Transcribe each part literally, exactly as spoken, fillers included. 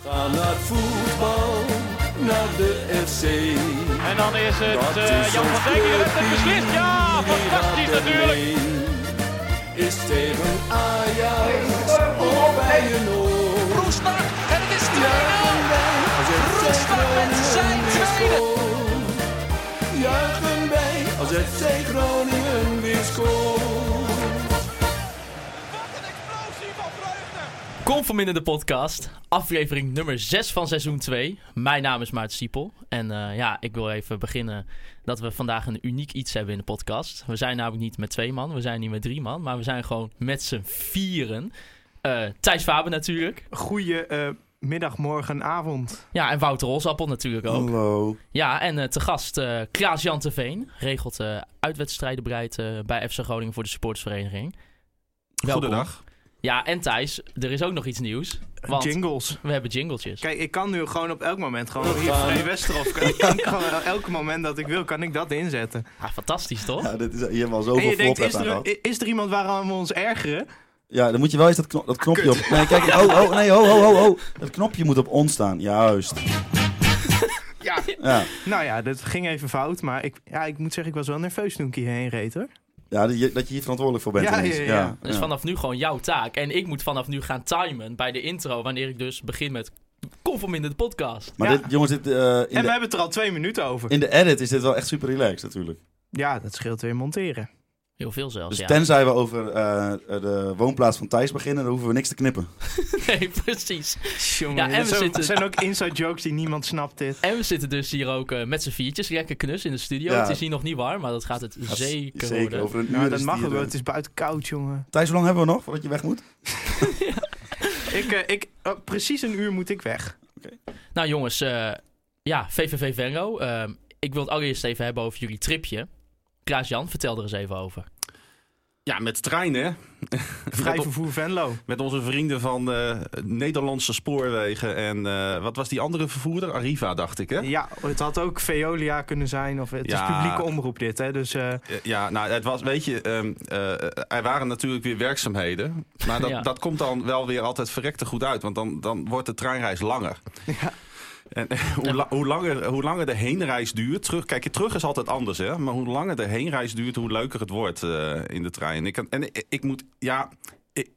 Ga naar het voetbal, naar de F C. En dan is het uh, Jan van Dijk die de wedstrijd beslist. Ja, fantastisch natuurlijk. Is tegen Ajax of bij een oor. Roestak en het is twee nul. Roestak met zijn tweede. Juichen wij als F C Groningen weer scoort. Wat een explosie van vreugde. Conforminder de podcast, aflevering nummer zes van seizoen twee. Mijn naam is Maarten Siepel. En uh, ja, ik wil even beginnen dat we vandaag een uniek iets hebben in de podcast. We zijn namelijk niet met twee man, we zijn niet met drie man, maar we zijn gewoon met z'n vieren. Uh, Thijs Faber natuurlijk. Goeie uh, middag, morgen, avond. Ja, en Wouter Rolsappel natuurlijk ook. Hallo. Ja, en uh, te gast uh, Klaas-Jan Terveen. Regelt uh, uitwedstrijden bereid uh, bij F C Groningen voor de supportersvereniging. Welkom. Goedendag. Ja, en Thijs, er is ook nog iets nieuws. Want Jingles. we hebben jingletjes. Kijk, ik kan nu gewoon op elk moment gewoon hier Vrij Westerhof. Kan, kan ik gewoon op elk moment dat ik wil, kan ik dat inzetten. Ah, fantastisch toch? Ja, dit is, je hebt al En zoveel je denkt, flop is aan er, gehad. is er iemand waaraan we ons ergeren? Ja, dan moet je wel eens dat, knop, dat knopje op... Nee, kijk, oh, oh, nee, ho, ho, ho, ho. Dat knopje moet op on staan, juist. Ja. Ja, Nou ja, dat ging even fout, maar ik, ja, ik moet zeggen, ik was wel nerveus toen ik hierheen reed, hoor. ja dat, je, dat je hier verantwoordelijk voor bent. Ja, ineens. ja, ja. Dus ja. vanaf nu gewoon jouw taak. En ik moet vanaf nu gaan timen bij de intro, wanneer ik dus begin met Conforminder de podcast. Maar Ja. dit, jongens, dit, uh, in, En we de, hebben het er al twee minuten over. in de edit is dit wel echt super relaxed natuurlijk. Ja, dat scheelt weer monteren. Heel veel zelfs, Dus ja. tenzij we over uh, de woonplaats van Thijs beginnen, dan hoeven we niks te knippen. Nee, precies. Jongen, Ja, en dat we zijn, zitten- zijn ook inside jokes die niemand snapt dit. En we zitten dus hier ook uh, met z'n viertjes, lekker knus in de studio. Ja. Het is hier nog niet warm, maar dat gaat het Gaat zeker, Zeker, worden. over een uur Nou, is dat het mag hier, ook wel. uh, Het is buiten koud, jongen. Thijs, hoe lang hebben we nog voordat je weg moet? Ik, uh, ik, uh, precies een uur moet ik weg. Nou jongens, uh, ja, V V V Venlo. Uh, ik wil het allereerst even hebben over jullie tripje. Klaas-Jan, vertel er eens even over. Ja, met de trein, hè? Vrij met, vervoer Venlo. met onze vrienden van uh, Nederlandse Spoorwegen. En uh, wat was die andere vervoerder? Arriva, dacht ik, hè? Ja, het had ook Veolia kunnen zijn. Of het Ja. is publieke omroep dit, hè. Dus uh, Uh, ja, nou, het was, weet je, um, uh, er waren natuurlijk weer werkzaamheden. Maar dat, Ja. dat komt dan wel weer altijd verrekte goed uit. Want dan, dan wordt de treinreis langer. ja. En uh, hoe, la- hoe, langer, hoe langer de heenreis duurt... Terug, kijk, je terug is altijd anders, hè? Maar hoe langer de heenreis duurt, hoe leuker het wordt uh, in de trein. Ik kan, en ik, ik moet... Ja... Ik,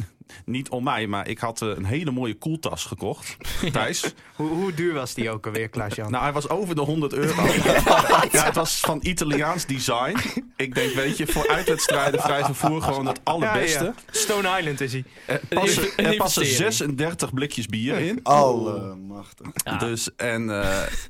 niet om mij, maar ik had uh, een hele mooie koeltas gekocht. Thijs. Hoe, hoe duur was die ook alweer, Klaas-Jan? Nou, hij was over de honderd euro. Ja, het was van Italiaans design. Ik denk, weet je, voor uitwedstrijden vrij vervoer gewoon het allerbeste. Ja, ja. Stone Island is hij. Er passen, Een er passen investering. zesendertig blikjes bier in. Allemachtig. Ja. Dus, en, uh,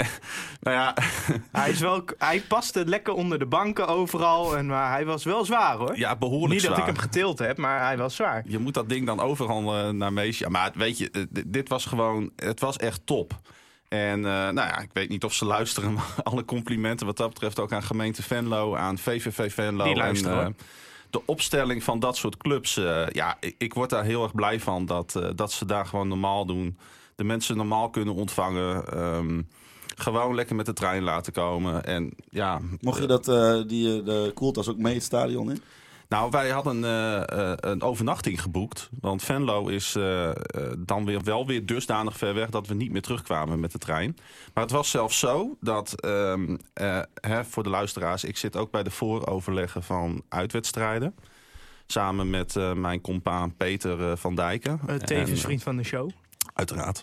nou ja, Hij, is wel, hij paste lekker onder de banken overal. En, maar hij was wel zwaar, hoor. ja, behoorlijk Niet dat zwaar. ik hem getild heb, maar hij was zwaar. Je moet dat ding dan overal uh, naar meisje. Ja, maar weet je, uh, d- dit was gewoon, het was echt top. En uh, nou ja, ik weet niet of ze luisteren, maar alle complimenten wat dat betreft ook aan gemeente Venlo, aan V V V Venlo. Die en luisteren, uh, hoor. de opstelling van dat soort clubs, uh, ja, ik, ik word daar heel erg blij van dat, uh, dat ze daar gewoon normaal doen. De mensen normaal kunnen ontvangen. Um, gewoon lekker met de trein laten komen. En ja, Mocht je dat, uh, die, uh, de koeltas ook mee het stadion in? Nou, wij hadden uh, uh, een overnachting geboekt. Want Venlo is uh, uh, dan weer wel weer dusdanig ver weg dat we niet meer terugkwamen met de trein. Maar het was zelfs zo dat, um, uh, hè, voor de luisteraars, ik zit ook bij de vooroverleggen van uitwedstrijden. Samen met uh, mijn compaan Peter uh, van Dijken. Uh, tevens En, vriend van de show. Uiteraard.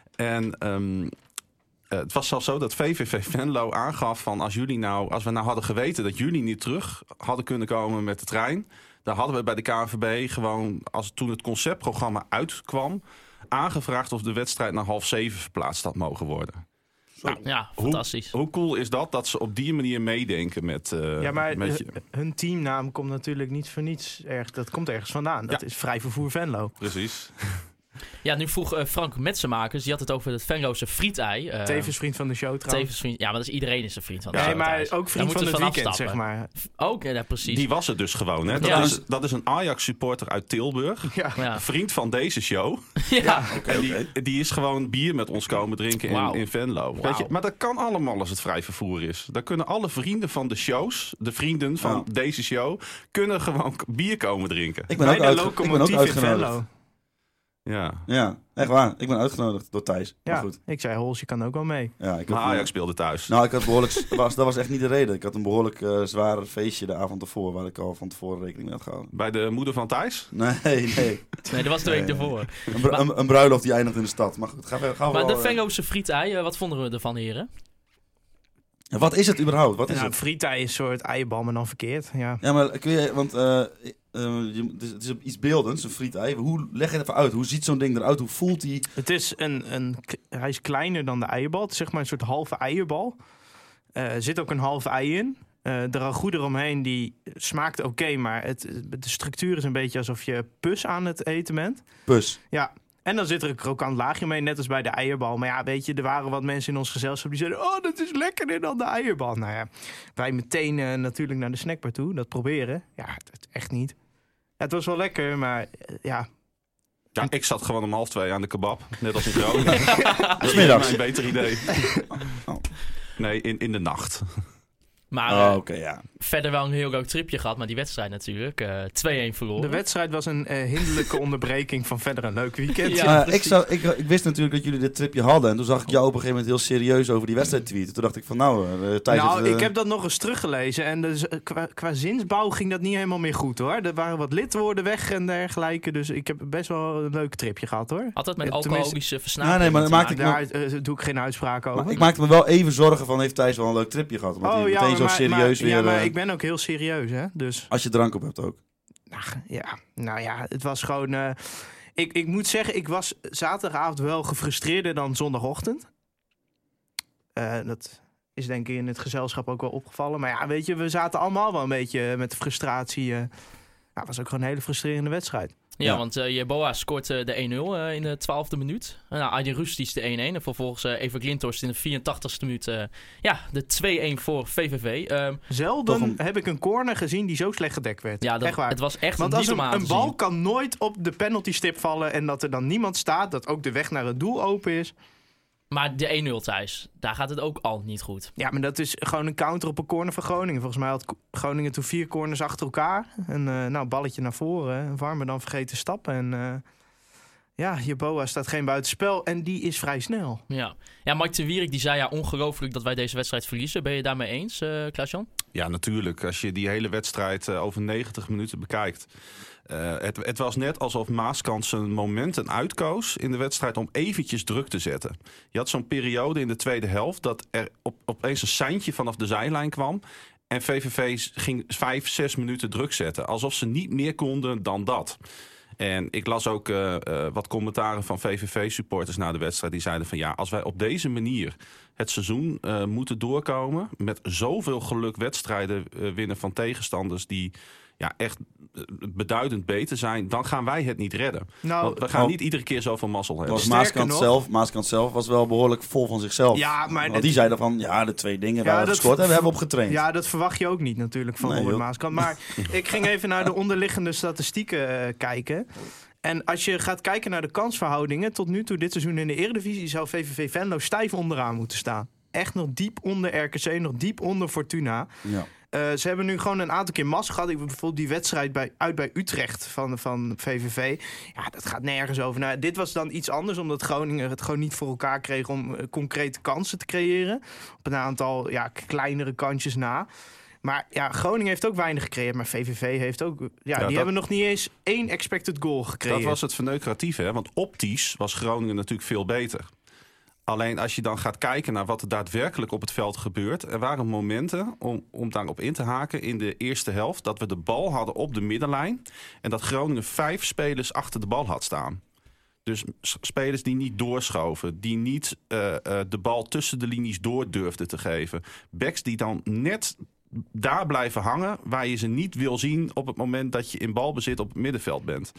En um, uh, het was zelfs zo dat V V V Venlo aangaf van als jullie nou, als we nou hadden geweten dat jullie niet terug hadden kunnen komen met de trein, dan hadden we bij de K N V B gewoon, als toen het conceptprogramma uitkwam, aangevraagd of de wedstrijd naar half zeven verplaatst had mogen worden. Nou, ja, fantastisch. Hoe, hoe cool is dat, dat ze op die manier meedenken met, uh, Ja, maar met uh, je. hun teamnaam komt natuurlijk niet voor niets erg. Dat komt ergens vandaan. Dat Ja. is Vrij Vervoer Venlo. Precies. Ja, nu vroeg uh, Frank Metsenmakers, die had het over het Venlose frietei. Uh, Tevens vriend van de show trouwens. Tevens vriend, ja, maar dat is iedereen is een vriend van de Nee, show, maar Thijs. ook Daar vriend van moeten het we weekend, vanaf zeg maar. Ook, ja, precies. Die was het dus gewoon. Hè? Dat, Ja. is, dat is een Ajax-supporter uit Tilburg. Ja. Ja. Vriend van deze show. Ja. Oké, En oké. die, die is gewoon bier met ons komen drinken in, Wauw. in Venlo. Wauw. Weet je, maar dat kan allemaal als het vrij vervoer is. Dan kunnen alle vrienden van de shows, de vrienden van Ja. deze show, kunnen gewoon k- bier komen drinken. Ik ben Bij ook, de uitge- ik ben ook locomotief in uitgenodigd. Venlo. Ja. Ja, echt waar. Ik ben uitgenodigd door Thijs. Maar Ja, goed. ik zei, Hols, je kan ook wel mee. Ja, ik Maar had, Ajax speelde thuis. Nou, ik had behoorlijk... dat was, dat was echt niet de reden. Ik had een behoorlijk uh, zware feestje de avond ervoor, waar ik al van tevoren rekening mee had gehouden. Bij de moeder van Thijs? Nee, nee. Nee, dat was de week Nee, ervoor. Een, bru- een, een bruiloft die eindigt in de stad. Maar goed, gaan we, gaan we Maar wel, de uh, Venloze frietei, uh, wat vonden we ervan, heren? Wat is het überhaupt? Wat is Nou, het? frietei is een soort eierbal, maar dan verkeerd. Ja. Ja, maar kun je... Want uh, uh, je, het, is, het is iets beeldends, een frietei. Hoe, leg het even uit. Hoe ziet zo'n ding eruit? Hoe voelt die? Het is een, een, hij is kleiner dan de eierbal. Het is zeg maar een soort halve eierbal. Uh, er zit ook een half ei in. Uh, de ragout eromheen, die smaakt oké, okay, maar het, de structuur is een beetje alsof je pus aan het eten bent. Pus. Ja, en dan zit er een krokant laagje mee, net als bij de eierbal. Maar ja, weet je, er waren wat mensen in ons gezelschap die zeiden... oh, dat is lekkerder dan de eierbal. Nou ja, wij meteen uh, natuurlijk naar de snackbar toe, dat proberen. Ja, het, echt niet. Ja, het was wel lekker, maar uh, ja... Ja, ik zat gewoon om half twee aan de kebab. Net als in Groningen. Dat is Smiddags. een beter idee. Oh. Nee, in, in de nacht. Maar Oh, uh, oké, okay, ja. verder wel een heel leuk tripje gehad, maar die wedstrijd natuurlijk. Uh, twee-een verloren. De wedstrijd was een uh, hinderlijke onderbreking van verder een leuk weekend. Ja, Ja, precies. ik, zou, ik, ik wist natuurlijk dat jullie dit tripje hadden. En toen zag ik jou op een gegeven moment heel serieus over die wedstrijd tweeten. Toen dacht ik van nou, uh, Thijs... Nou, het, uh, ik heb dat nog eens teruggelezen. En dus, uh, qua, qua zinsbouw ging dat niet helemaal meer goed, hoor. Er waren wat lidwoorden weg en dergelijke. Dus ik heb best wel een leuk tripje gehad, hoor. Altijd met Ja, alcoholische versnapering. Ja, nee, maar dan te maakte maken. ik Daar uh, doe ik geen uitspraken over. Maar ik maakte me wel even zorgen van, heeft Thijs wel een leuk tripje gehad? Omdat hij meteen zo maar, serieus maar, weer... Ja, maar uh, ik ben ook heel serieus, hè. Dus, Als je drank op hebt ook. ach, ja, nou ja, het was gewoon... Uh, ik, ik moet zeggen, ik was zaterdagavond wel gefrustreerder dan zondagochtend. Uh, dat is denk ik in het gezelschap ook wel opgevallen. Maar ja, weet je, we zaten allemaal wel een beetje met de frustratie. Uh, nou, het was ook gewoon een hele frustrerende wedstrijd. Ja, Ja. want uh, Jeboa scoort uh, de één-nul uh, in de twaalfde minuut. Uh, nou, Aydin Rustic de één-een. En vervolgens uh, Evert Glinthorst in de vierentachtigste minuut uh, ja, de twee-een voor V V V. Um, Zelden Toch een- heb ik een corner gezien die zo slecht gedekt werd. ja, dat, echt waar. het was echt Want niet als om een, aan een te bal zien. kan nooit op de penaltystip vallen en dat er dan niemand staat, dat ook de weg naar het doel open is. Maar de één-nul thuis, daar gaat het ook al niet goed. Ja, maar dat is gewoon een counter op een corner van Groningen. Volgens mij had Ko- Groningen toen vier corners achter elkaar. En uh, nou, balletje naar voren. En Warmer dan vergeten stappen. En uh, ja, Jeboa staat geen buitenspel. En die is vrij snel. Ja, ja Mike de Wierik die zei ja, ongelooflijk dat wij deze wedstrijd verliezen. Ben je daarmee eens, uh, Klaas-Jan? Ja, natuurlijk. Als je die hele wedstrijd uh, over negentig minuten bekijkt. Uh, het, het was net alsof Maaskant zijn momenten uitkoos in de wedstrijd om eventjes druk te zetten. Je had zo'n periode in de tweede helft dat er op, opeens een seintje vanaf de zijlijn kwam. En V V V ging vijf, zes minuten druk zetten. Alsof ze niet meer konden dan dat. En ik las ook uh, uh, wat commentaren van V V V-supporters na de wedstrijd. Die zeiden van ja, als wij op deze manier het seizoen uh, moeten doorkomen. Met zoveel geluk wedstrijden uh, winnen van tegenstanders die ja, echt beduidend beter zijn, dan gaan wij het niet redden. Nou, Want we gaan oh. niet iedere keer zoveel mazzel hebben. Was Sterker Maaskant, nog- zelf, Maaskant zelf was wel behoorlijk vol van zichzelf. Ja, maar Want het- die zeiden van, ja, de twee dingen Ja, waar we dat- gescoord hebben, hebben we op getraind. Ja, dat verwacht je ook niet natuurlijk van Nee, Robert joh. Maaskant. Maar ik ging even naar de onderliggende statistieken uh, kijken. En als je gaat kijken naar de kansverhoudingen, tot nu toe dit seizoen in de Eredivisie zou V V V Venlo stijf onderaan moeten staan. Echt nog diep onder R K C, nog diep onder Fortuna. Ja. Uh, ze hebben nu gewoon een aantal keer mas gehad. Ik bijvoorbeeld die wedstrijd bij, uit bij Utrecht van, van V V V. Ja, dat gaat nergens over. Nou, dit was dan iets anders, omdat Groningen het gewoon niet voor elkaar kreeg om uh, concrete kansen te creëren. Op een aantal ja, kleinere kansjes na. Maar ja, Groningen heeft ook weinig gecreëerd. Maar V V V heeft ook... Ja, Ja, die dat- hebben nog niet eens één expected goal gecreëerd. Dat was het verneukeratieve, hè? Want optisch was Groningen natuurlijk veel beter. Alleen als je dan gaat kijken naar wat er daadwerkelijk op het veld gebeurt. Er waren momenten, om, om daarop in te haken in de eerste helft, dat we de bal hadden op de middenlijn. En dat Groningen vijf spelers achter de bal had staan. Dus s- spelers die niet doorschoven. Die niet uh, uh, de bal tussen de linies door durfden te geven. Backs die dan net daar blijven hangen, waar je ze niet wil zien op het moment dat je in balbezit op het middenveld bent.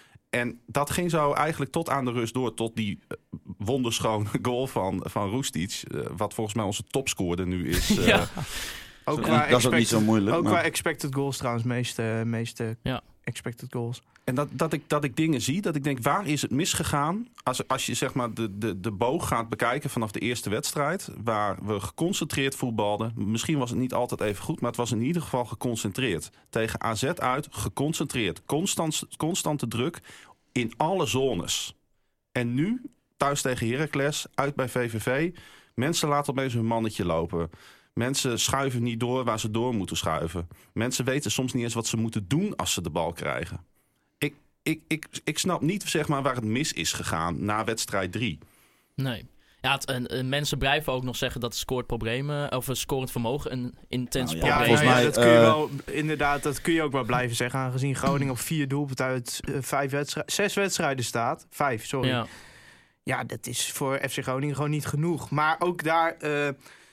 En dat ging zo eigenlijk tot aan de rust door. Tot die uh, wonderschone goal van, van Rustic. Uh, wat volgens mij onze topscorer nu is. Uh, Ja. Ook Dat qua is ook niet expected- zo moeilijk. Ook maar- qua expected goals trouwens, meeste, meeste Ja. expected goals. En dat, dat, ik, dat ik dingen zie, dat ik denk, waar is het misgegaan? Als, als je zeg maar de, de, de boog gaat bekijken vanaf de eerste wedstrijd, waar we geconcentreerd voetbalden. Misschien was het niet altijd even goed, maar het was in ieder geval geconcentreerd. Tegen A Z uit, geconcentreerd. Constant, constante druk in alle zones. En nu, thuis tegen Heracles, uit bij V V V. Mensen laten opeens hun mannetje lopen. Mensen schuiven niet door waar ze door moeten schuiven. Mensen weten soms niet eens wat ze moeten doen als ze de bal krijgen. Ik, ik, ik, ik snap niet zeg maar, waar het mis is gegaan na wedstrijd drie. Nee. Ja, het, en, en mensen blijven ook nog zeggen dat scoort problemen, of een scorend vermogen een intens Nou ja, Ja, probleem volgens ja, is. ja, mij, dat kun je uh, wel, inderdaad, dat kun je ook wel blijven zeggen. Aangezien Groningen op vier doelpunten uit uh, vijf wedstrijden, zes wedstrijden staat. Vijf, sorry. Ja. Ja. dat is voor F C Groningen gewoon niet genoeg. Maar ook daar, uh,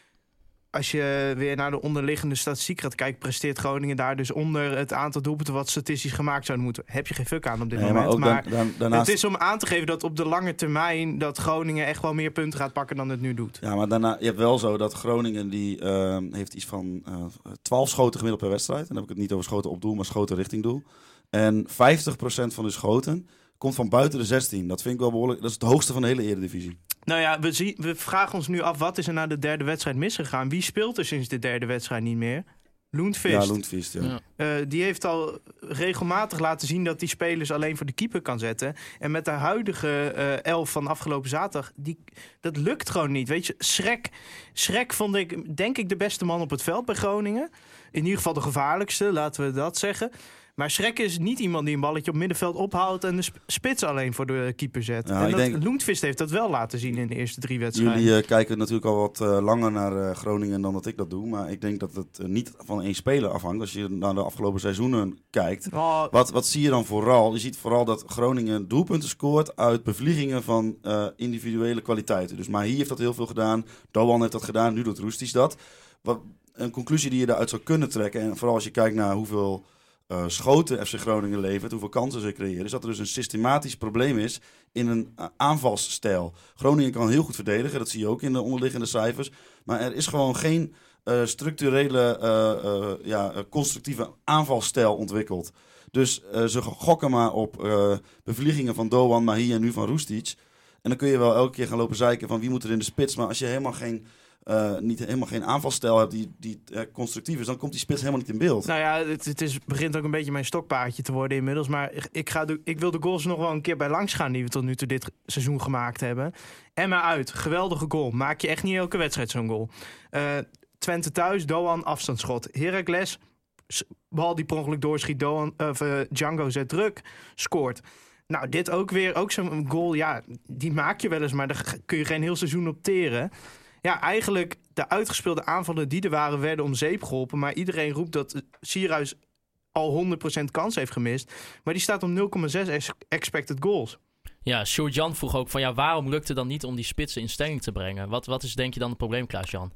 als je weer naar de onderliggende statistiek gaat kijken, presteert Groningen daar dus onder het aantal doelpunten wat statistisch gemaakt zouden moeten. Heb je geen fuck aan op dit Nee, moment. maar ook Maar dan- dan- daarnaast... het is om aan te geven dat op de lange termijn dat Groningen echt wel meer punten gaat pakken dan het nu doet. Ja, maar daarna, je hebt wel zo dat Groningen die uh, heeft iets van uh, twaalf schoten gemiddeld per wedstrijd. En dan heb ik het niet over schoten op doel, maar schoten richting doel. En vijftig procent van de schoten komt van buiten de zestien. Dat vind ik wel behoorlijk. Dat is het hoogste van de hele Eredivisie. Nou ja, we, zien, we vragen ons nu af, wat is er na de derde wedstrijd misgegaan? Wie speelt er sinds de derde wedstrijd niet meer? Loentvist. Ja, Loentvist, ja. Ja. Uh, die heeft al regelmatig laten zien dat die spelers alleen voor de keeper kan zetten. En met de huidige uh, elf van afgelopen zaterdag, die, dat lukt gewoon niet. Weet je, Schrek, Schrek vond ik, denk ik, de beste man op het veld bij Groningen. In ieder geval de gevaarlijkste, laten we dat zeggen. Maar Schrek is niet iemand die een balletje op middenveld ophoudt en de sp- spits alleen voor de keeper zet. Ja, en ik dat, denk- Loentvist heeft dat wel laten zien in de eerste drie wedstrijden. Jullie uh, kijken natuurlijk al wat uh, langer naar uh, Groningen dan dat ik dat doe. Maar ik denk dat het uh, niet van één speler afhangt. Als je naar de afgelopen seizoenen kijkt. Oh, Wat, wat zie je dan vooral? Je ziet vooral dat Groningen doelpunten scoort uit bevliegingen van uh, individuele kwaliteiten. Dus Mahi heeft dat heel veel gedaan. Doan heeft dat gedaan. Nu doet Roestic dat. Wat, een conclusie die je daaruit zou kunnen trekken. En vooral als je kijkt naar hoeveel uh, schoten F C Groningen levert. Hoeveel kansen ze creëren. Is dat er dus een systematisch probleem is in een uh, aanvalsstijl. Groningen kan heel goed verdedigen. Dat zie je ook in de onderliggende cijfers. Maar er is gewoon geen uh, structurele, uh, uh, ja, uh, constructieve aanvalsstijl ontwikkeld. Dus uh, ze gokken maar op uh, bevliegingen van Doan, Mahi en nu van Roestic. En dan kun je wel elke keer gaan lopen zeiken van wie moet er in de spits. Maar als je helemaal geen, uh, niet, helemaal geen aanvalsstijl hebt die, die uh, constructief is, dan komt die spits helemaal niet in beeld. Nou ja, het, het is, begint ook een beetje mijn stokpaardje te worden inmiddels. Maar ik, ga de, ik wil de goals nog wel een keer bij langs gaan die we tot nu toe dit seizoen gemaakt hebben. Emma uit, geweldige goal. Maak je echt niet elke wedstrijd zo'n goal. Uh, Twente thuis, Doan, afstandsschot. Heracles, bal die per ongeluk doorschiet, Doan, of, uh, Django zet druk, scoort. Nou, dit ook weer, ook zo'n goal, ja, die maak je wel eens, maar daar kun je geen heel seizoen op teren. Ja, eigenlijk de uitgespeelde aanvallen die er waren, werden om zeep geholpen. Maar iedereen roept dat Sierhuis al honderd procent kans heeft gemist. Maar die staat om nul komma zes expected goals. Ja, Sjoerd-Jan vroeg ook van ja, waarom lukt het dan niet om die spitsen in stelling te brengen? Wat, wat is denk je dan het probleem, Klaas-Jan?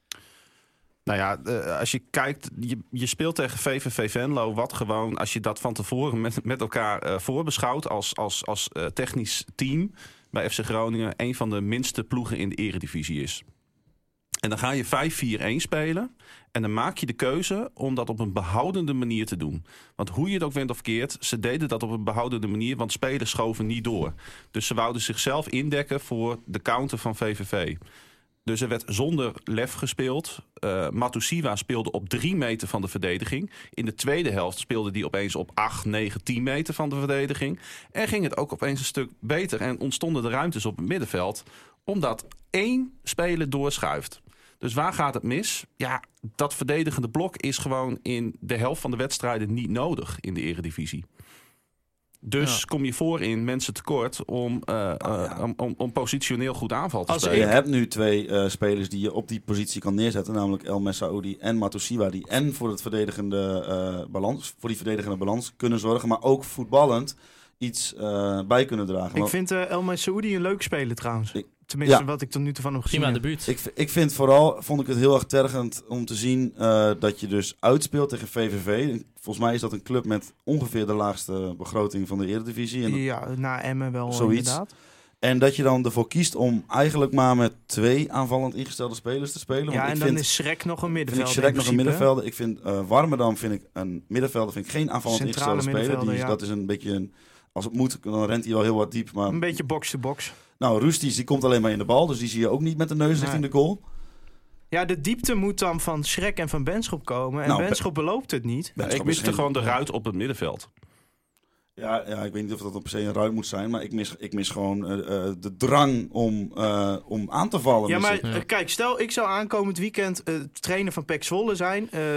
Nou ja, uh, als je kijkt, je, je speelt tegen V V V Venlo, wat gewoon, als je dat van tevoren met, met elkaar uh, voorbeschouwt als, als, als uh, technisch team bij F C Groningen, een van de minste ploegen in de eredivisie is. En dan ga je vijf vier een spelen en dan maak je de keuze om dat op een behoudende manier te doen. Want hoe je het ook went of keert, ze deden dat op een behoudende manier, want spelers schoven niet door. Dus ze wouden zichzelf indekken voor de counter van V V V. Dus er werd zonder lef gespeeld. Uh, Matusiwa speelde op drie meter van de verdediging. In de tweede helft speelde die opeens op acht, negen, tien meter van de verdediging. En ging het ook opeens een stuk beter. En ontstonden de ruimtes op het middenveld. Omdat één speler doorschuift. Dus waar gaat het mis? Ja, dat verdedigende blok is gewoon in de helft van de wedstrijden niet nodig in de eredivisie. Dus ja. kom je voor in mensen tekort om, uh, uh, ja. om, om, om positioneel goed aanval te Als spelen. Je hebt nu twee uh, spelers die je op die positie kan neerzetten, namelijk El Messaoudi en Matusiwa, die en voor het verdedigende uh, balans, voor die verdedigende balans kunnen zorgen, maar ook voetballend iets uh, bij kunnen dragen. Ik maar, vind uh, El Messaoudi een leuk speler trouwens. Ik, Tenminste, ja. wat ik tot nu toe van hem gezien Prima heb. debuut. Ik, ik vind vooral, vond ik het heel erg tergend om te zien uh, dat je dus uitspeelt tegen V V V. Volgens mij is dat een club met ongeveer de laagste begroting van de Eredivisie. En ja, na Emmen wel zoiets. inderdaad. En dat je dan ervoor kiest om eigenlijk maar met twee aanvallend ingestelde spelers te spelen. Ja, Want en ik dan vind, is Schrek nog een vind ik middenvelder. Schrek in nog een principe. middenvelder. Ik vind uh, Warmerdam vind ik een middenvelder. Vind ik geen aanvallend Centrale ingestelde speler. Die, is- middenvelder, ja. Dat is een beetje een, als het moet, dan rent hij wel heel wat diep. Maar Een beetje box-to-box. nou, Roestic die komt alleen maar in de bal. Dus die zie je ook niet met de neus Nee. richting de goal. Ja, de diepte moet dan van Schrek en van Benschop komen. En Nou, Benschop beloopt het niet. Ja, ik Benschop is miste geen- gewoon de ruit op het middenveld. Ja, ja, ik weet niet of dat per se een ruim moet zijn, maar ik mis, ik mis gewoon uh, uh, de drang om, uh, om aan te vallen. Ja, maar ik... uh, kijk, stel ik zou aankomend weekend uh, trainer van P E C Zwolle zijn. Uh,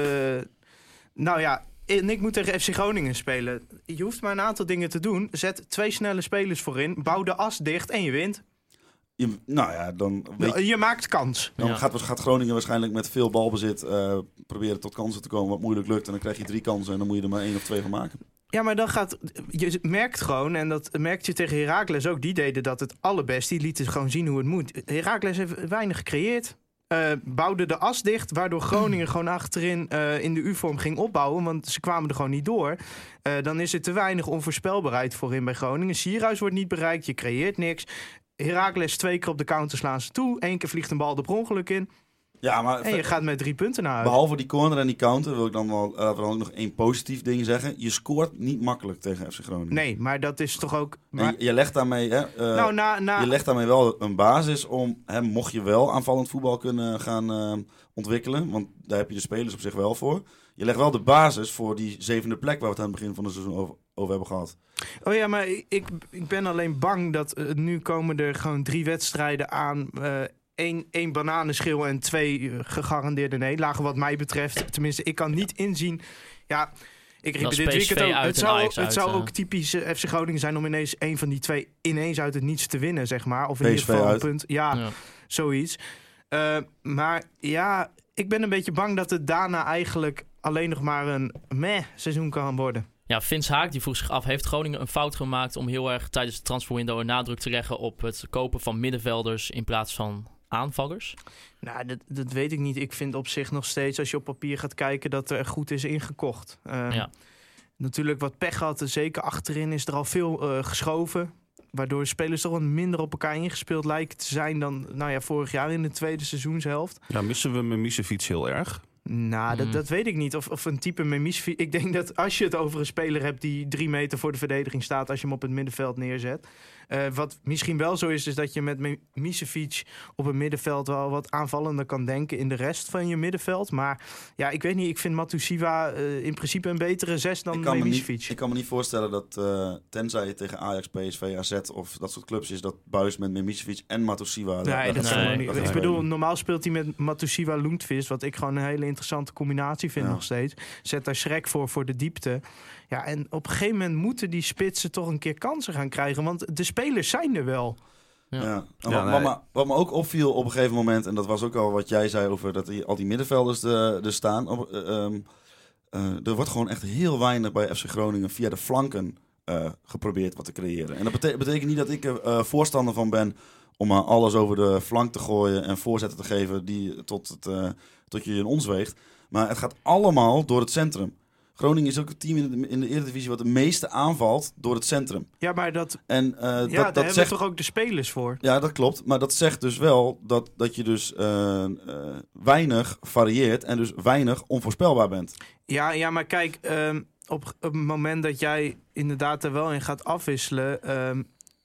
nou ja, en ik moet tegen F C Groningen spelen. Je hoeft maar een aantal dingen te doen. Zet twee snelle spelers voorin, bouw de as dicht en je wint. Je, nou ja, dan weet je, je maakt kans. Dan Ja. gaat, gaat Groningen waarschijnlijk met veel balbezit uh, proberen tot kansen te komen, wat moeilijk lukt. En dan krijg je drie kansen en dan moet je er maar één of twee van maken. Ja, maar dan gaat... Je merkt gewoon, en dat merkte je tegen Heracles ook, die deden dat het allerbest. Die lieten gewoon zien hoe het moet. Heracles heeft weinig gecreëerd. Uh, bouwde de as dicht, waardoor Groningen gewoon achterin uh, in de U-vorm ging opbouwen. Want ze kwamen er gewoon niet door. Uh, dan is er te weinig onvoorspelbaarheid voorin bij Groningen. Sierhuis wordt niet bereikt, je creëert niks. Heracles twee keer op de counter slaan ze toe. Eén keer vliegt een bal er per ongeluk in. Ja, maar en je gaat met drie punten naar huis. Behalve die corner en die counter wil ik dan wel uh, vooral ook nog één positief ding zeggen. Je scoort niet makkelijk tegen F C Groningen. Nee, maar dat is toch ook... Maar... Je, je legt daarmee, hè, uh, nou, na, na... je legt daarmee wel een basis om, hè, mocht je wel aanvallend voetbal kunnen gaan uh, ontwikkelen, want daar heb je de spelers op zich wel voor. Je legt wel de basis voor die zevende plek waar we het aan het begin van het seizoen over, over hebben gehad. Oh ja, maar ik, ik ben alleen bang dat uh, nu komen er gewoon drie wedstrijden aan. Uh, één, één bananenschil en twee uh, gegarandeerde nederlagen wat mij betreft. Tenminste, ik kan niet inzien... Ja, ik riep dit weekend ook. Het zou, het uit, zou ook typisch uh, F C Groningen zijn om ineens één van die twee ineens uit het niets te winnen, zeg maar. Of in ieder geval een punt. Ja, ja. zoiets. Uh, maar ja, ik ben een beetje bang dat het daarna eigenlijk alleen nog maar een meh seizoen kan worden. Ja, Vince Haak die vroeg zich af, heeft Groningen een fout gemaakt om heel erg tijdens de transferwindow een nadruk te leggen op het kopen van middenvelders in plaats van aanvallers? Nou, dat, dat weet ik niet. Ik vind op zich nog steeds, als je op papier gaat kijken, dat er goed is ingekocht. Uh, ja. Natuurlijk wat pech had, zeker achterin is er al veel uh, geschoven. Waardoor spelers toch wat minder op elkaar ingespeeld lijken te zijn dan nou ja, vorig jaar in de tweede seizoenshelft. Ja, missen we Mimicevic heel erg? Nou, dat, dat weet ik niet. Of, of een type Mimicevic. Ik denk dat als je het over een speler hebt die drie meter voor de verdediging staat, als je hem op het middenveld neerzet. Uh, wat misschien wel zo is, is dat je met Mimicevic op het middenveld wel wat aanvallender kan denken in de rest van je middenveld. Maar ja, ik weet niet. Ik vind Matusiwa uh, in principe een betere zes dan Mimicevic. Ik kan me niet voorstellen dat, uh, tenzij je tegen Ajax, P S V, A Z of dat soort clubs is, dat Buijs met Mimicevic en Matusiwa... Nee, dat is nee, gewoon niet. Dat ik is bedoel, gewoon... normaal speelt hij met Matusiwa Lundqvist, wat ik gewoon een hele interessante combinatie vind ja. nog steeds. Zet daar Schrek voor, voor de diepte. Ja, en op een gegeven moment moeten die spitsen toch een keer kansen gaan krijgen, want de spelers zijn er wel. Ja. Ja. Ja, wat, nee. wat, me, wat me ook opviel op een gegeven moment, en dat was ook al wat jij zei over dat die, al die middenvelders er, er staan. Op, uh, um, uh, er wordt gewoon echt heel weinig bij F C Groningen via de flanken uh, geprobeerd wat te creëren. En dat bete- betekent niet dat ik er uh, voorstander van ben om maar alles over de flank te gooien en voorzetten te geven die tot, het, uh, tot je in ons weegt. Maar het gaat allemaal door het centrum. Groningen is ook het team in de, in de Eredivisie wat het meeste aanvalt door het centrum. Ja, maar dat... En, uh, ja, dat, daar dat hebben zegt, we toch ook de spelers voor? Ja, dat klopt. Maar dat zegt dus wel dat, dat je dus uh, uh, weinig varieert en dus weinig onvoorspelbaar bent. Ja, ja maar kijk, um, op, op het moment dat jij inderdaad er wel in gaat afwisselen... Um,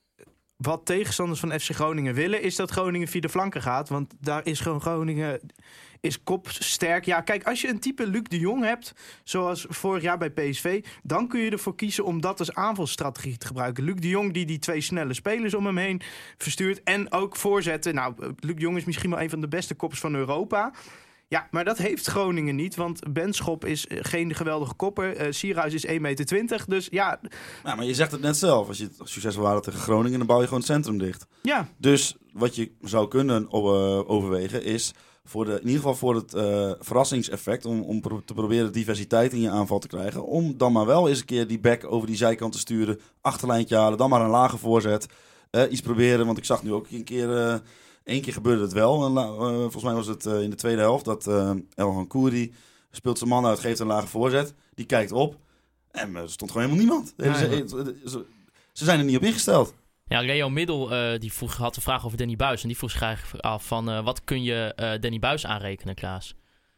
wat tegenstanders van F C Groningen willen, is dat Groningen via de flanken gaat. Want daar is gewoon Groningen is kopsterk. Ja, kijk, als je een type Luc de Jong hebt, zoals vorig jaar bij P S V, dan kun je ervoor kiezen om dat als aanvalsstrategie te gebruiken. Luc de Jong die die twee snelle spelers om hem heen verstuurt en ook voorzetten. Nou, Luc de Jong is misschien wel een van de beste koppers van Europa. Ja, maar dat heeft Groningen niet, want Benschop is geen geweldige kopper. Uh, Sierhuis is één meter twintig, dus ja... Nou, maar je zegt het net zelf. Als je succesvol waren tegen Groningen, dan bouw je gewoon het centrum dicht. Ja. Dus wat je zou kunnen uh, overwegen is, voor de, in ieder geval voor het uh, verrassingseffect, om, om pro- te proberen diversiteit in je aanval te krijgen, om dan maar wel eens een keer die back over die zijkant te sturen, achterlijntje halen, dan maar een lage voorzet. Uh, iets proberen, want ik zag nu ook een keer... Uh, Eén keer gebeurde het wel. Uh, volgens mij was het uh, in de tweede helft dat uh, Elhan Kouri speelt zijn man uit, geeft een lage voorzet. Die kijkt op en er stond gewoon helemaal niemand. Nee, ze, ze, ze zijn er niet op ingesteld. Ja, Leo Middel uh, die vroeg, had een vraag over Danny Buijs. En die vroeg zich eigenlijk af van uh, wat kun je uh, Danny Buijs aanrekenen, Klaas?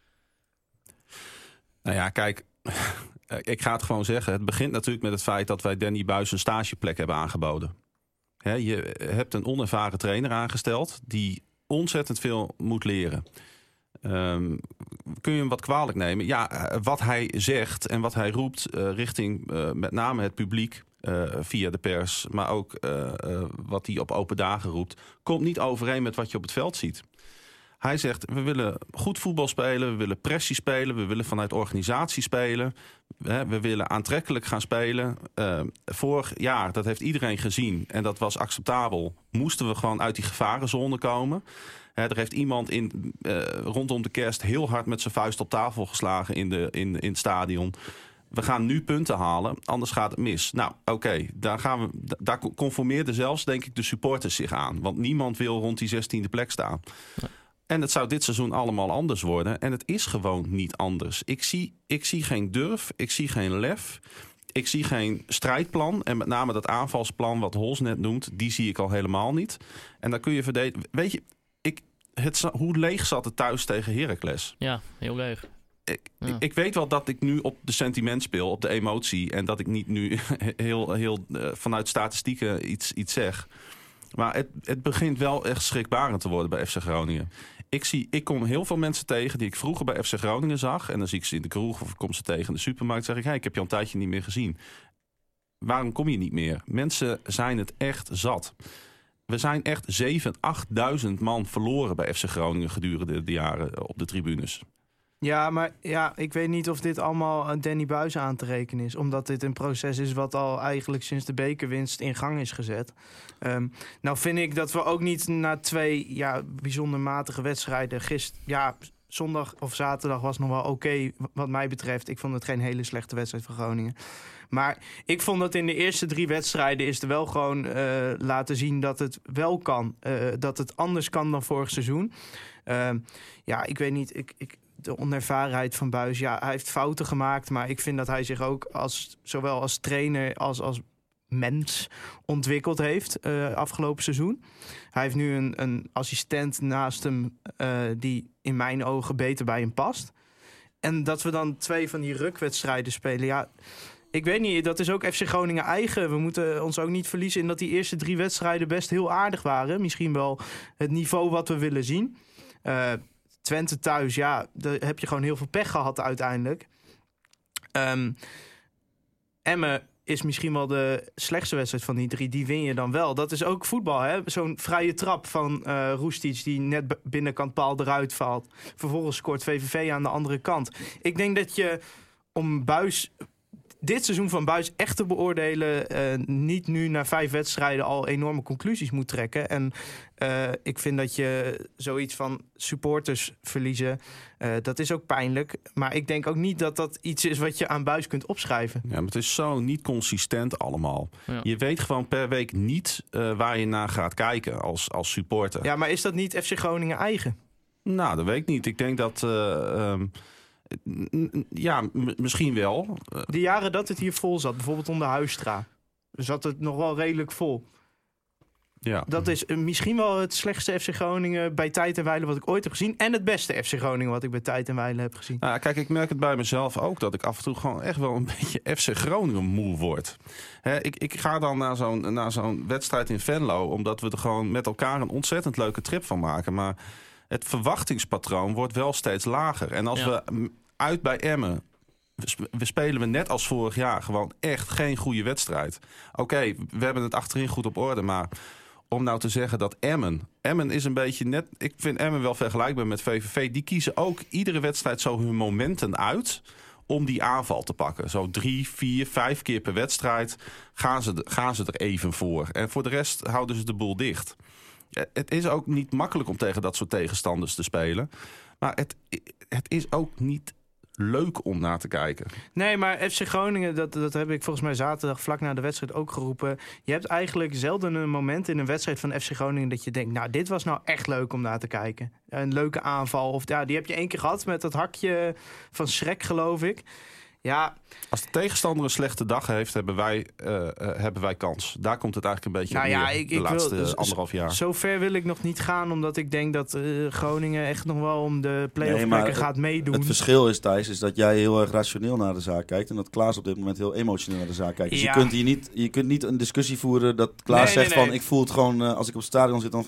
Nou ja, kijk, ik ga het gewoon zeggen. Het begint natuurlijk met het feit dat wij Danny Buijs een stageplek hebben aangeboden. He, je hebt een onervaren trainer aangesteld die ontzettend veel moet leren. Um, kun je hem wat kwalijk nemen? Ja, wat hij zegt en wat hij roept uh, richting uh, met name het publiek Uh, via de pers, maar ook uh, uh, wat hij op open dagen roept, komt niet overeen met wat je op het veld ziet. Hij zegt, we willen goed voetbal spelen, we willen pressie spelen, we willen vanuit organisatie spelen, we, we willen aantrekkelijk gaan spelen. Uh, vorig jaar, dat heeft iedereen gezien en dat was acceptabel, moesten we gewoon uit die gevarenzone komen. Uh, er heeft iemand in, uh, rondom de kerst heel hard met zijn vuist op tafel geslagen in, de, in, in het stadion. We gaan nu punten halen, anders gaat het mis. Nou, oké, okay, daar, gaan we, daar conformeerden zelfs, denk ik, de supporters zich aan. Want niemand wil rond die zestiende plek staan. Ja. En het zou dit seizoen allemaal anders worden. En het is gewoon niet anders. Ik zie, ik zie geen durf, ik zie geen lef, ik zie geen strijdplan. En met name dat aanvalsplan wat Hols net noemt, die zie ik al helemaal niet. En dan kun je verdedigen. Weet je, ik, het, hoe leeg zat het thuis tegen Heracles? Ja, heel leeg. Ik, ja. ik, ik weet wel dat ik nu op de sentiment speel, op de emotie. En dat ik niet nu heel, heel uh, vanuit statistieken iets, iets zeg. Maar het, het begint wel echt schrikbarend te worden bij F C Groningen. Ik, zie, ik kom heel veel mensen tegen die ik vroeger bij F C Groningen zag. En dan zie ik ze in de kroeg of ik kom ze tegen in de supermarkt. Dan zeg ik, hey, ik heb je al een tijdje niet meer gezien. Waarom kom je niet meer? Mensen zijn het echt zat. We zijn echt zevenduizend, achtduizend man verloren bij F C Groningen gedurende de jaren op de tribunes. Ja, maar ja, ik weet niet of dit allemaal aan Danny Buys aan te rekenen is. Omdat dit een proces is wat al eigenlijk sinds de bekerwinst in gang is gezet. Um, nou vind ik dat we ook niet na twee ja, bijzonder matige wedstrijden... Gisteren, ja, zondag of zaterdag was nog wel oké okay, wat mij betreft. Ik vond het geen hele slechte wedstrijd van Groningen. Maar ik vond dat in de eerste drie wedstrijden is er wel gewoon uh, laten zien dat het wel kan. Uh, dat het anders kan dan vorig seizoen. Uh, ja, ik weet niet... Ik, ik, de onervarenheid van Buys, ja, hij heeft fouten gemaakt, maar ik vind dat hij zich ook als zowel als trainer als als mens ontwikkeld heeft uh, afgelopen seizoen. Hij heeft nu een, een assistent naast hem uh, die in mijn ogen beter bij hem past. En dat we dan twee van die rukwedstrijden spelen, ja, ik weet niet, dat is ook F C Groningen eigen. We moeten ons ook niet verliezen in dat die eerste drie wedstrijden best heel aardig waren. Misschien wel het niveau wat we willen zien. Uh, Twente thuis, ja, daar heb je gewoon heel veel pech gehad uiteindelijk. Um, Emmen is misschien wel de slechtste wedstrijd van die drie. Die win je dan wel. Dat is ook voetbal, hè? Zo'n vrije trap van uh, Roestic die net binnenkant paal eruit valt. Vervolgens scoort V V V aan de andere kant. Ik denk dat je om Buys... dit seizoen van Buys echt te beoordelen... Uh, niet nu na vijf wedstrijden al enorme conclusies moet trekken. En uh, ik vind dat je zoiets van supporters verliezen... Uh, dat is ook pijnlijk. Maar ik denk ook niet dat dat iets is wat je aan Buys kunt opschrijven. Ja, maar het is zo niet consistent allemaal. Ja. Je weet gewoon per week niet uh, waar je naar gaat kijken als, als supporter. Ja, maar is dat niet F C Groningen eigen? Nou, dat weet ik niet. Ik denk dat... Uh, um, Ja, m- misschien wel. De jaren dat het hier vol zat, bijvoorbeeld onder Huistra, zat het nog wel redelijk vol. Ja. Dat is misschien wel het slechtste F C Groningen bij tijd en wijle wat ik ooit heb gezien. En het beste F C Groningen wat ik bij tijd en wijle heb gezien. Nou, kijk, ik merk het bij mezelf ook dat ik af en toe gewoon echt wel een beetje F C Groningen moe word. Hè, ik, ik ga dan naar zo'n, naar zo'n wedstrijd in Venlo, omdat we er gewoon met elkaar een ontzettend leuke trip van maken. Maar het verwachtingspatroon wordt wel steeds lager. En als ja. we uit bij Emmen, we spelen we net als vorig jaar gewoon echt geen goede wedstrijd. Oké, okay, we hebben het achterin goed op orde, maar om nou te zeggen dat Emmen... Emmen is een beetje net... Ik vind Emmen wel vergelijkbaar met V V V. Die kiezen ook iedere wedstrijd zo hun momenten uit om die aanval te pakken. Zo drie, vier, vijf keer per wedstrijd gaan ze, gaan ze er even voor. En voor de rest houden ze de boel dicht. Het is ook niet makkelijk om tegen dat soort tegenstanders te spelen. Maar het, het is ook niet leuk om naar te kijken. Nee, maar F C Groningen, dat, dat heb ik volgens mij zaterdag vlak na de wedstrijd ook geroepen. Je hebt eigenlijk zelden een moment in een wedstrijd van F C Groningen dat je denkt, nou, dit was nou echt leuk om naar te kijken. Een leuke aanval. Of ja, die heb je één keer gehad met dat hakje van Schrek, geloof ik. Ja. Als de tegenstander een slechte dag heeft, hebben wij, uh, uh, hebben wij kans. Daar komt het eigenlijk een beetje nou op ja, neer, ik, de ik laatste wil, dus, anderhalf jaar. Zo ver wil ik nog niet gaan, omdat ik denk dat uh, Groningen echt nog wel om de play-off nee, plekken gaat meedoen. Het verschil is, Thijs, is dat jij heel erg rationeel naar de zaak kijkt en dat Klaas op dit moment heel emotioneel naar de zaak kijkt. Dus ja. je, kunt hier niet, je kunt niet een discussie voeren dat Klaas nee, zegt nee, nee. van ik voel het gewoon, uh, als ik op het stadion zit, dan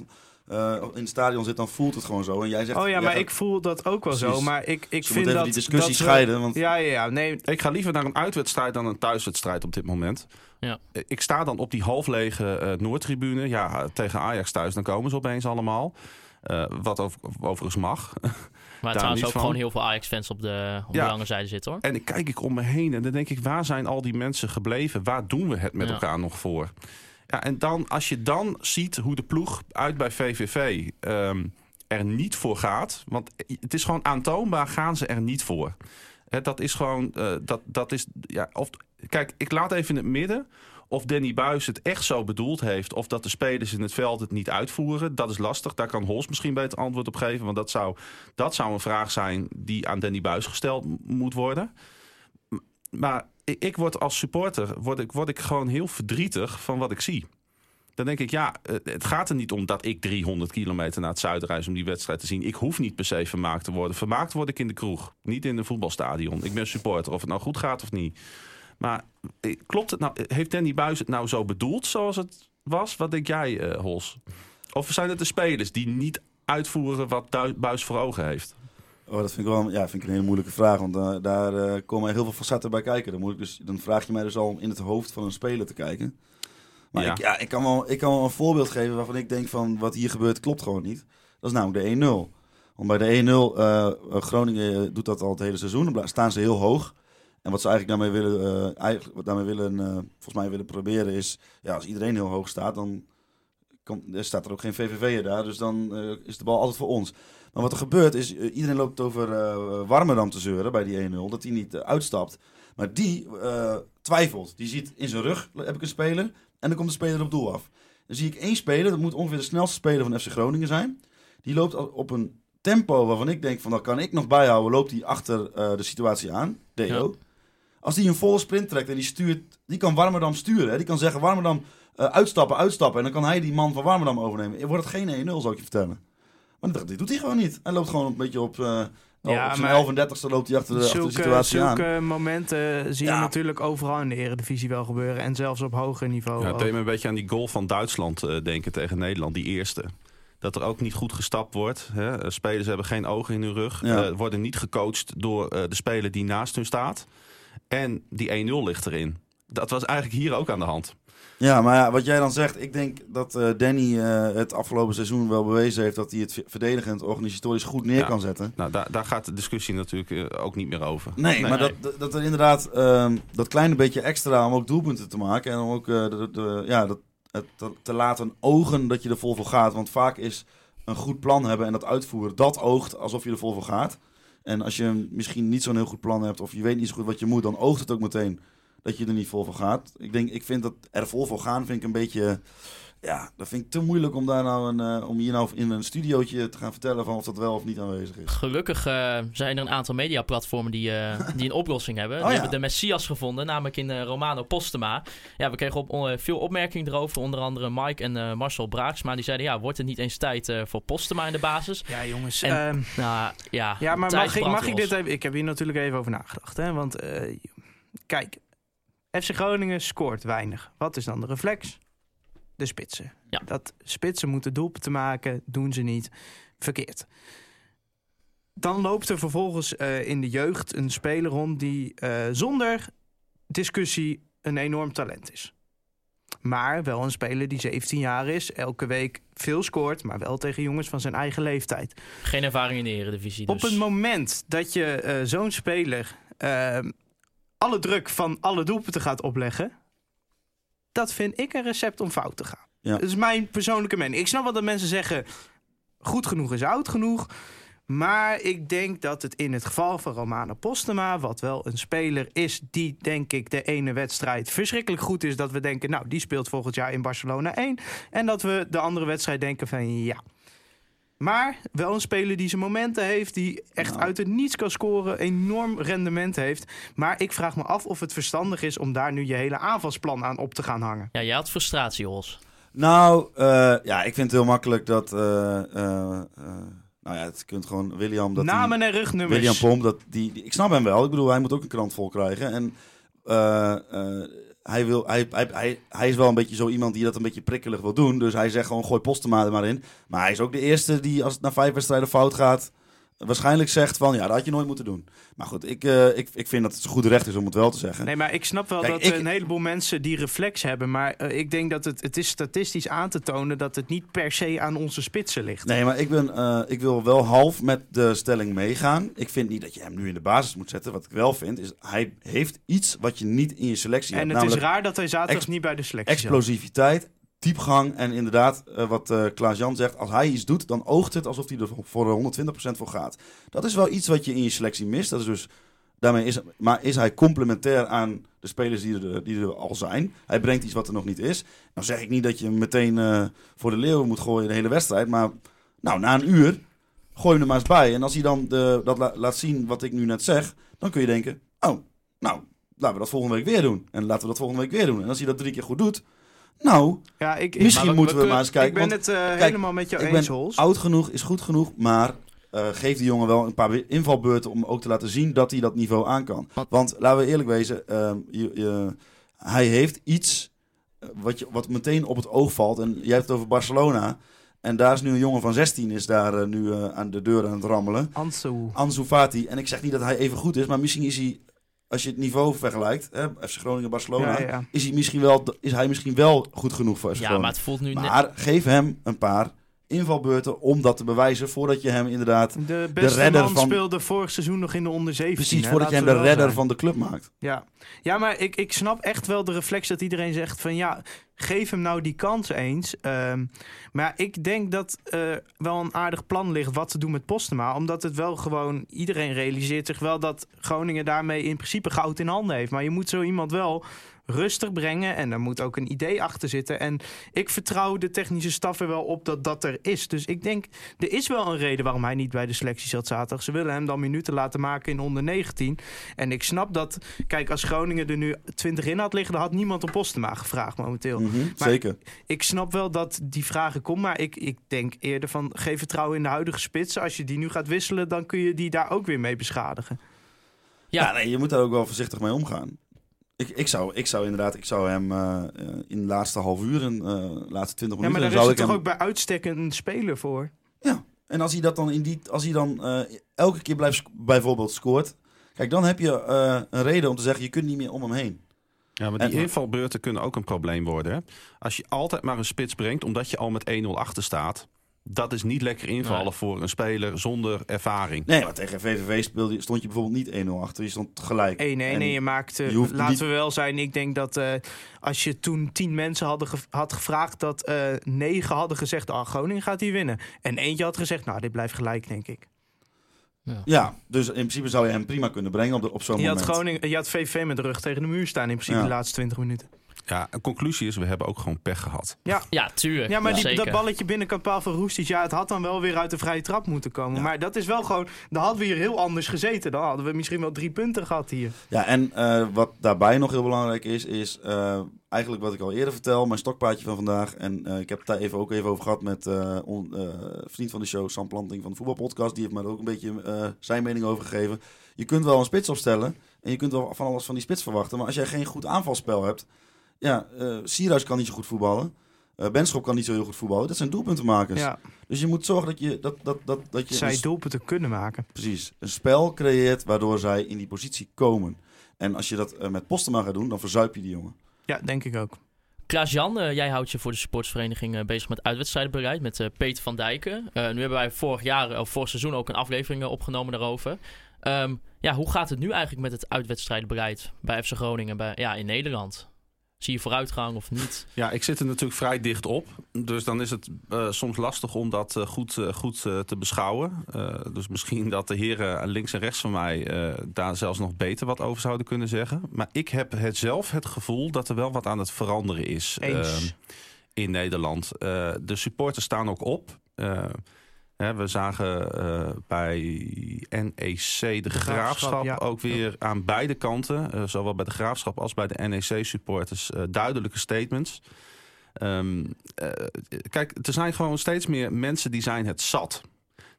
uh, in het stadion zit, dan voelt het gewoon zo. En jij zegt, oh ja, maar gaat... ik voel dat ook wel Precies. zo. Maar ik, ik Ze vind even dat... die discussie dat scheiden. We... Want... Ja, ja, ja. Nee. Ik ga liever naar een uitwedstrijd dan een thuiswedstrijd op dit moment. Ja. Ik sta dan op die halflege uh, Noordtribune. Ja, tegen Ajax thuis, dan komen ze opeens allemaal. Uh, wat over, overigens mag. Maar trouwens ook van. gewoon heel veel Ajax-fans op de, op ja. de lange zijde zitten, hoor. En dan kijk ik om me heen en dan denk ik, waar zijn al die mensen gebleven? Waar doen we het met ja. elkaar nog voor? Ja, en dan, als je dan ziet hoe de ploeg uit bij V V V um, er niet voor gaat. Want het is gewoon aantoonbaar, gaan ze er niet voor. He, dat is gewoon, uh, dat, dat is, ja, of, kijk, ik laat even in het midden of Danny Buijs het echt zo bedoeld heeft, of dat de spelers in het veld het niet uitvoeren. Dat is lastig, daar kan Hols misschien beter antwoord op geven. Want dat zou, dat zou een vraag zijn die aan Danny Buijs gesteld moet worden. Maar ik, ik word als supporter word ik, word ik gewoon heel verdrietig van wat ik zie. Dan denk ik, ja, het gaat er niet om dat ik driehonderd kilometer naar het zuiden reis om die wedstrijd te zien. Ik hoef niet per se vermaakt te worden. Vermaakt word ik in de kroeg, niet in een voetbalstadion. Ik ben supporter, of het nou goed gaat of niet. Maar klopt het nou? Heeft Danny Buijs het nou zo bedoeld zoals het was? Wat denk jij, uh, Hols? Of zijn het de spelers die niet uitvoeren wat Buijs voor ogen heeft? Oh, dat vind ik wel ja, vind ik een hele moeilijke vraag. Want uh, daar uh, komen heel veel facetten bij kijken. Dan, moet ik dus, dan vraag je mij dus al om in het hoofd van een speler te kijken. Maar ja. Ik, ja, ik, kan wel, ik kan wel een voorbeeld geven waarvan ik denk van wat hier gebeurt klopt gewoon niet. Dat is namelijk de één nul. Want bij de één nul, uh, Groningen doet dat al het hele seizoen. Dan staan ze heel hoog. En wat ze eigenlijk daarmee willen, uh, eigenlijk, wat daarmee willen uh, volgens mij willen proberen is, ja, als iedereen heel hoog staat, dan kan, er staat er ook geen V V V'er daar. Dus dan uh, is de bal altijd voor ons. Maar wat er gebeurt is, uh, iedereen loopt over uh, Warmerdam te zeuren bij die één nul, dat hij niet uh, uitstapt. Maar die uh, twijfelt. Die ziet in zijn rug, heb ik een speler, en dan komt de speler op doel af. Dan zie ik één speler, dat moet ongeveer de snelste speler van F C Groningen zijn. Die loopt op een tempo waarvan ik denk van, dat kan ik nog bijhouden, loopt hij achter uh, de situatie aan, Deo. Ja. Als die een volle sprint trekt en die stuurt, die kan Warmerdam sturen. Hè? Die kan zeggen, Warmerdam uh, uitstappen, uitstappen. En dan kan hij die man van Warmerdam overnemen. Wordt het geen één nul, zou ik je vertellen. Maar dat, dat doet hij gewoon niet. Hij loopt gewoon een beetje op, uh, ja, op zijn elf en dertigste loopt hij achter de, zulke, achter de situatie zulke aan. Zulke momenten zie je ja. natuurlijk overal in de Eredivisie wel gebeuren. En zelfs op hoger niveau. Ja, het deed me een beetje aan die goal van Duitsland uh, denken tegen Nederland, die eerste. Dat er ook niet goed gestapt wordt. Hè? Spelers hebben geen ogen in hun rug. Ja. Uh, worden niet gecoacht door uh, de speler die naast hun staat. En die één nul ligt erin. Dat was eigenlijk hier ook aan de hand. Ja, maar ja, wat jij dan zegt, ik denk dat uh, Danny uh, het afgelopen seizoen wel bewezen heeft dat hij het verdedigend, organisatorisch goed neer ja. kan zetten. Nou, daar, daar gaat de discussie natuurlijk uh, ook niet meer over. Nee, nee maar nee. Dat, dat er inderdaad uh, dat kleine beetje extra om ook doelpunten te maken en om ook uh, de, de, ja, dat, het, te, te laten ogen dat je er vol voor gaat. Want vaak is een goed plan hebben en dat uitvoeren, dat oogt alsof je er vol voor gaat. En als je misschien niet zo'n heel goed plan hebt of je weet niet zo goed wat je moet, dan oogt het ook meteen dat je er niet vol voor gaat. Ik denk, ik vind dat er vol voor gaan, vind ik een beetje, ja, dat vind ik te moeilijk om daar nou een, uh, om hier nou in een studiootje te gaan vertellen van of dat wel of niet aanwezig is. Gelukkig uh, zijn er een aantal mediaplatformen die, uh, die een oplossing hebben. Oh, die ja. hebben de Messias gevonden, namelijk in uh, Romano Postema. Ja, we kregen op, uh, veel opmerkingen erover, onder andere Mike en uh, Marcel Braaksma. Die zeiden, ja, wordt het niet eens tijd uh, voor Postema in de basis? Ja, jongens. En, um, nou, ja, ja, maar mag ik, mag ik dit even... Ik heb hier natuurlijk even over nagedacht, hè? Want, uh, kijk, F C Groningen scoort weinig. Wat is dan de reflex? De spitsen. Ja. Dat spitsen moeten doelpunten maken, doen ze niet. Verkeerd. Dan loopt er vervolgens uh, in de jeugd een speler rond die uh, zonder discussie een enorm talent is. Maar wel een speler die zeventien jaar is, elke week veel scoort, maar wel tegen jongens van zijn eigen leeftijd. Geen ervaring in de Eredivisie dus. Op het moment dat je uh, zo'n speler uh, alle druk van alle doelpunten gaat opleggen, dat vind ik een recept om fout te gaan. Ja. Dat is mijn persoonlijke mening. Ik snap wel dat mensen zeggen, goed genoeg is oud genoeg. Maar ik denk dat het in het geval van Romano Postema, wat wel een speler is die, denk ik, de ene wedstrijd verschrikkelijk goed is, dat we denken, nou, die speelt volgend jaar in Barcelona één. En dat we de andere wedstrijd denken van, ja. Maar wel een speler die zijn momenten heeft, die echt nou. uit het niets kan scoren, enorm rendement heeft. Maar ik vraag me af of het verstandig is om daar nu je hele aanvalsplan aan op te gaan hangen. Ja, jij had frustratie, Hols. Nou, uh, ja, ik vind het heel makkelijk dat... Uh, uh, uh, nou ja, het kunt gewoon William... Dat Namen die, en rugnummers. William Pomp, dat die, die, ik snap hem wel. Ik bedoel, hij moet ook een krant vol krijgen. En uh, uh, hij, wil, hij, hij, hij, hij is wel een beetje zo iemand die dat een beetje prikkelig wil doen. Dus hij zegt gewoon, gooi Postema er maar in. Maar hij is ook de eerste die, als het na vijf wedstrijden fout gaat, waarschijnlijk zegt van, ja, dat had je nooit moeten doen. Maar goed, ik, uh, ik, ik vind dat het zo goed recht is om het wel te zeggen. Nee, maar ik snap wel Kijk, dat ik, een heleboel mensen die reflex hebben. Maar uh, ik denk dat het, het is statistisch aan te tonen dat het niet per se aan onze spitsen ligt. Nee, maar ik, ben, uh, ik wil wel half met de stelling meegaan. Ik vind niet dat je hem nu in de basis moet zetten. Wat ik wel vind, is hij heeft iets wat je niet in je selectie en hebt. het is namelijk raar dat hij zaterdag ex- niet bij de selectie zat. explosiviteit, diepgang en inderdaad, uh, wat uh, Klaas-Jan zegt, als hij iets doet, dan oogt het alsof hij er voor honderdtwintig procent voor gaat. Dat is wel iets wat je in je selectie mist. Dat is dus, daarmee is, maar is hij complementair aan de spelers die er, die er al zijn? Hij brengt iets wat er nog niet is. Nou zeg ik niet dat je hem meteen uh, voor de leeuwen moet gooien de hele wedstrijd, maar nou, na een uur gooi hem er maar eens bij. En als hij dan de, dat la, laat zien wat ik nu net zeg, dan kun je denken, oh, nou, laten we dat volgende week weer doen. En laten we dat volgende week weer doen. En als hij dat drie keer goed doet, nou, ja, ik, ik, misschien maar moeten we, we maar eens kijken. Ik ben want, het uh, kijk, helemaal met jou ik eens, ben Hols. Oud genoeg is goed genoeg, maar uh, geef die jongen wel een paar invalbeurten om ook te laten zien dat hij dat niveau aan kan. Wat? Want laten we eerlijk wezen, uh, je, je, hij heeft iets wat, je, wat meteen op het oog valt. En jij hebt het over Barcelona. En daar is nu een jongen van zestien is daar uh, nu uh, aan de deur aan het rammelen. Ansu. Ansu Fati. En ik zeg niet dat hij even goed is, maar misschien is hij, als je het niveau vergelijkt, hè, F C Groningen, Barcelona, Ja, ja. Is, hij misschien wel, is hij misschien wel goed genoeg voor F C Ja, Groningen. maar het voelt nu net... Maar geef hem een paar invalbeurten om dat te bewijzen voordat je hem inderdaad, De beste redder man van- speelde vorig seizoen nog in de onder zeventien. precies hè, voordat je hem laten de we wel redder zijn. van de club maakt. Ja, ja maar ik, ik snap echt wel de reflex dat iedereen zegt van ja, geef hem nou die kans eens. Um, maar ik denk dat uh, wel een aardig plan ligt wat te doen met Postema. Omdat het wel gewoon, iedereen realiseert zich wel dat Groningen daarmee in principe goud in handen heeft. Maar je moet zo iemand wel rustig brengen en er moet ook een idee achter zitten. En ik vertrouw de technische staf er wel op dat dat er is. Dus ik denk, er is wel een reden waarom hij niet bij de selectie zat zaterdag. Ze willen hem dan minuten laten maken in onder negentien. En ik snap dat, kijk, als Groningen er nu twintig in had liggen, dan had niemand een Postema gevraagd momenteel. Mm-hmm, Maar zeker. Ik snap wel dat die vragen komen, maar ik, ik denk eerder van geef vertrouwen in de huidige spitsen. Als je die nu gaat wisselen, dan kun je die daar ook weer mee beschadigen. Ja. Ja, nee, je moet daar ook wel voorzichtig mee omgaan. Ik, ik, zou, ik zou inderdaad, ik zou hem uh, in de laatste half uur, en uh, laatste twintig Ja, minuten, maar daar zou is ik er toch hem, ook bij uitstek een speler voor. Ja, en als hij dat dan in die, als hij dan uh, elke keer blijft bijvoorbeeld scoort, kijk, dan heb je uh, een reden om te zeggen, je kunt niet meer om hem heen. Ja, maar die En- invalbeurten kunnen ook een probleem worden. Hè? Als je altijd maar een spits brengt omdat je al met één nul achter staat, dat is niet lekker invallen Nee. voor een speler zonder ervaring. Nee, maar tegen V V V speelde, je- stond je bijvoorbeeld niet één nul achter, je stond gelijk. één één En en je maakt, uh, je hoeft laten niet- we wel zijn, ik denk dat uh, als je toen tien mensen hadden ge- had gevraagd, dat uh, negen hadden gezegd, ah, Groningen gaat hier winnen. En eentje had gezegd, nou, dit blijft gelijk, denk ik. Ja, dus in principe zou je hem prima kunnen brengen op, de, op zo'n Je moment. had, Groningen, je had V V V met de rug tegen de muur staan in principe Ja. de laatste twintig minuten. Ja, een conclusie is, we hebben ook gewoon pech gehad. Ja, tuurlijk. Ja, maar die, zeker. dat balletje binnenkant paal van Roestic, ja, het had dan wel weer uit de vrije trap moeten komen. Ja. Maar dat is wel gewoon, dan hadden we hier heel anders gezeten. Dan hadden we misschien wel drie punten gehad hier. Ja, en uh, wat daarbij nog heel belangrijk is, is uh, eigenlijk wat ik al eerder vertel, mijn stokpaardje van vandaag. En uh, ik heb het daar even, ook even over gehad met uh, on, uh, vriend van de show, Sam Planting van de Voetbalpodcast. Die heeft mij er ook een beetje uh, zijn mening over gegeven. Je kunt wel een spits opstellen en je kunt wel van alles van die spits verwachten. Maar als jij geen goed aanvalspel hebt, ja, uh, Sierhuis kan niet zo goed voetballen. Uh, Benschop kan niet zo heel goed voetballen. Dat zijn doelpuntenmakers. Ja, Dus je moet zorgen dat je dat, dat, dat, dat je zij een, doelpunten kunnen maken. precies, een spel creëert waardoor zij in die positie komen. En als je dat uh, met Postema gaat doen, dan verzuip je die jongen. Ja, denk ik ook. Klaas-Jan, uh, jij houdt je voor de supportersvereniging uh, bezig met uitwedstrijdenbereid met uh, Peter van Dijken. Uh, nu hebben wij vorig jaar, of vorig seizoen ook een aflevering uh, opgenomen daarover. Um, ja, hoe gaat het nu eigenlijk met het uitwedstrijdenbereid bij F C Groningen bij, ja, in Nederland? Zie je vooruitgang of niet? Ja, ik zit er natuurlijk vrij dicht op. Dus dan is het uh, soms lastig om dat uh, goed, uh, goed uh, te beschouwen. Uh, dus misschien dat de heren links en rechts van mij uh, daar zelfs nog beter wat over zouden kunnen zeggen. Maar ik heb het zelf het gevoel dat er wel wat aan het veranderen is uh, in Nederland. Uh, de supporters staan ook op. Uh, He, we zagen uh, bij N E C de, de Graafschap, graafschap ja. ook weer aan beide kanten, uh, zowel bij de Graafschap als bij de N E C-supporters, uh, duidelijke statements. Um, uh, kijk, er zijn gewoon steeds meer mensen die zijn het zat.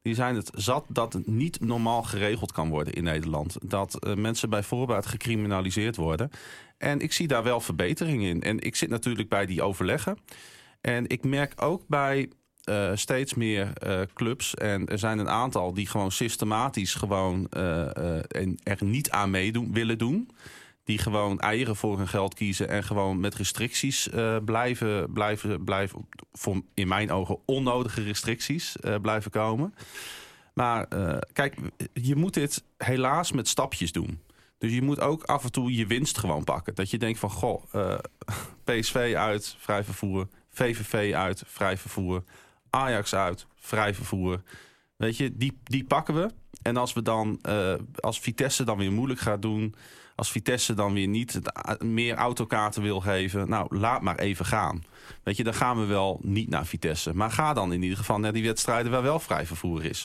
Die zijn het zat dat het niet normaal geregeld kan worden in Nederland. Dat uh, mensen bij voorbaat gecriminaliseerd worden. En ik zie daar wel verbetering in. En ik zit natuurlijk bij die overleggen. En ik merk ook bij uh, steeds meer uh, clubs... en er zijn een aantal die gewoon systematisch gewoon uh, uh, en er niet aan meedoen willen doen... die gewoon eieren voor hun geld kiezen... en gewoon met restricties uh, blijven, blijven, blijven... voor in mijn ogen onnodige restricties uh, blijven komen. Maar uh, kijk, je moet dit helaas met stapjes doen. Dus je moet ook af en toe je winst gewoon pakken. Dat je denkt van, goh, uh, P S V uit, vrij vervoer... V V V uit, vrij vervoer... Ajax uit, vrij vervoer... Weet je, die, die pakken we. En als we dan, uh, als Vitesse dan weer moeilijk gaat doen... als Vitesse dan weer niet meer autokaarten wil geven... nou, laat maar even gaan. Weet je, dan gaan we wel niet naar Vitesse. Maar ga dan in ieder geval naar die wedstrijden waar wel vrij vervoer is.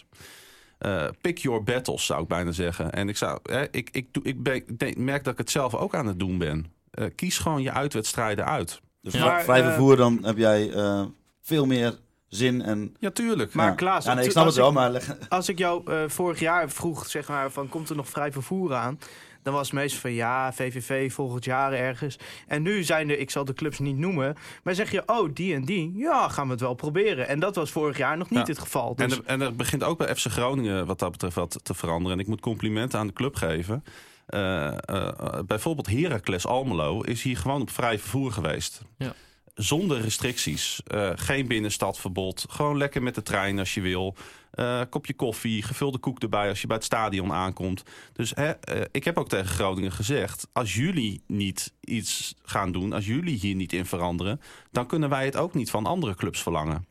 Uh, pick your battles, zou ik bijna zeggen. En ik, zou, hè, ik, ik, ik, ben, ik merk dat ik het zelf ook aan het doen ben. Uh, kies gewoon je uitwedstrijden uit. Dus Ja, vrij uh, vervoer, dan heb jij uh, veel meer zin en... Ja, tuurlijk. Maar ja. Klaas, Ja, nee, ik snap als het wel, ik- maar... leg- Als ik jou uh, vorig jaar vroeg, zeg maar, van komt er nog vrij vervoer aan? Dan was het meestal van ja, V V V volgend jaar ergens. En nu zijn er, ik zal de clubs niet noemen, maar zeg je, oh, die en die, ja, gaan we het wel proberen. En dat was vorig jaar nog niet Ja. het geval. En, Dus er, en er begint ook bij F C Groningen wat dat betreft wat te veranderen. En ik moet complimenten aan de club geven. Uh, uh, bijvoorbeeld Heracles Almelo is hier gewoon op vrij vervoer geweest. Ja. Zonder restricties. Uh, geen binnenstadverbod. Gewoon lekker met de trein als je wil. Uh, kopje koffie, gevulde koek erbij als je bij het stadion aankomt. Dus hè, uh, ik heb ook tegen Groningen gezegd... als jullie niet iets gaan doen, als jullie hier niet in veranderen... dan kunnen wij het ook niet van andere clubs verlangen.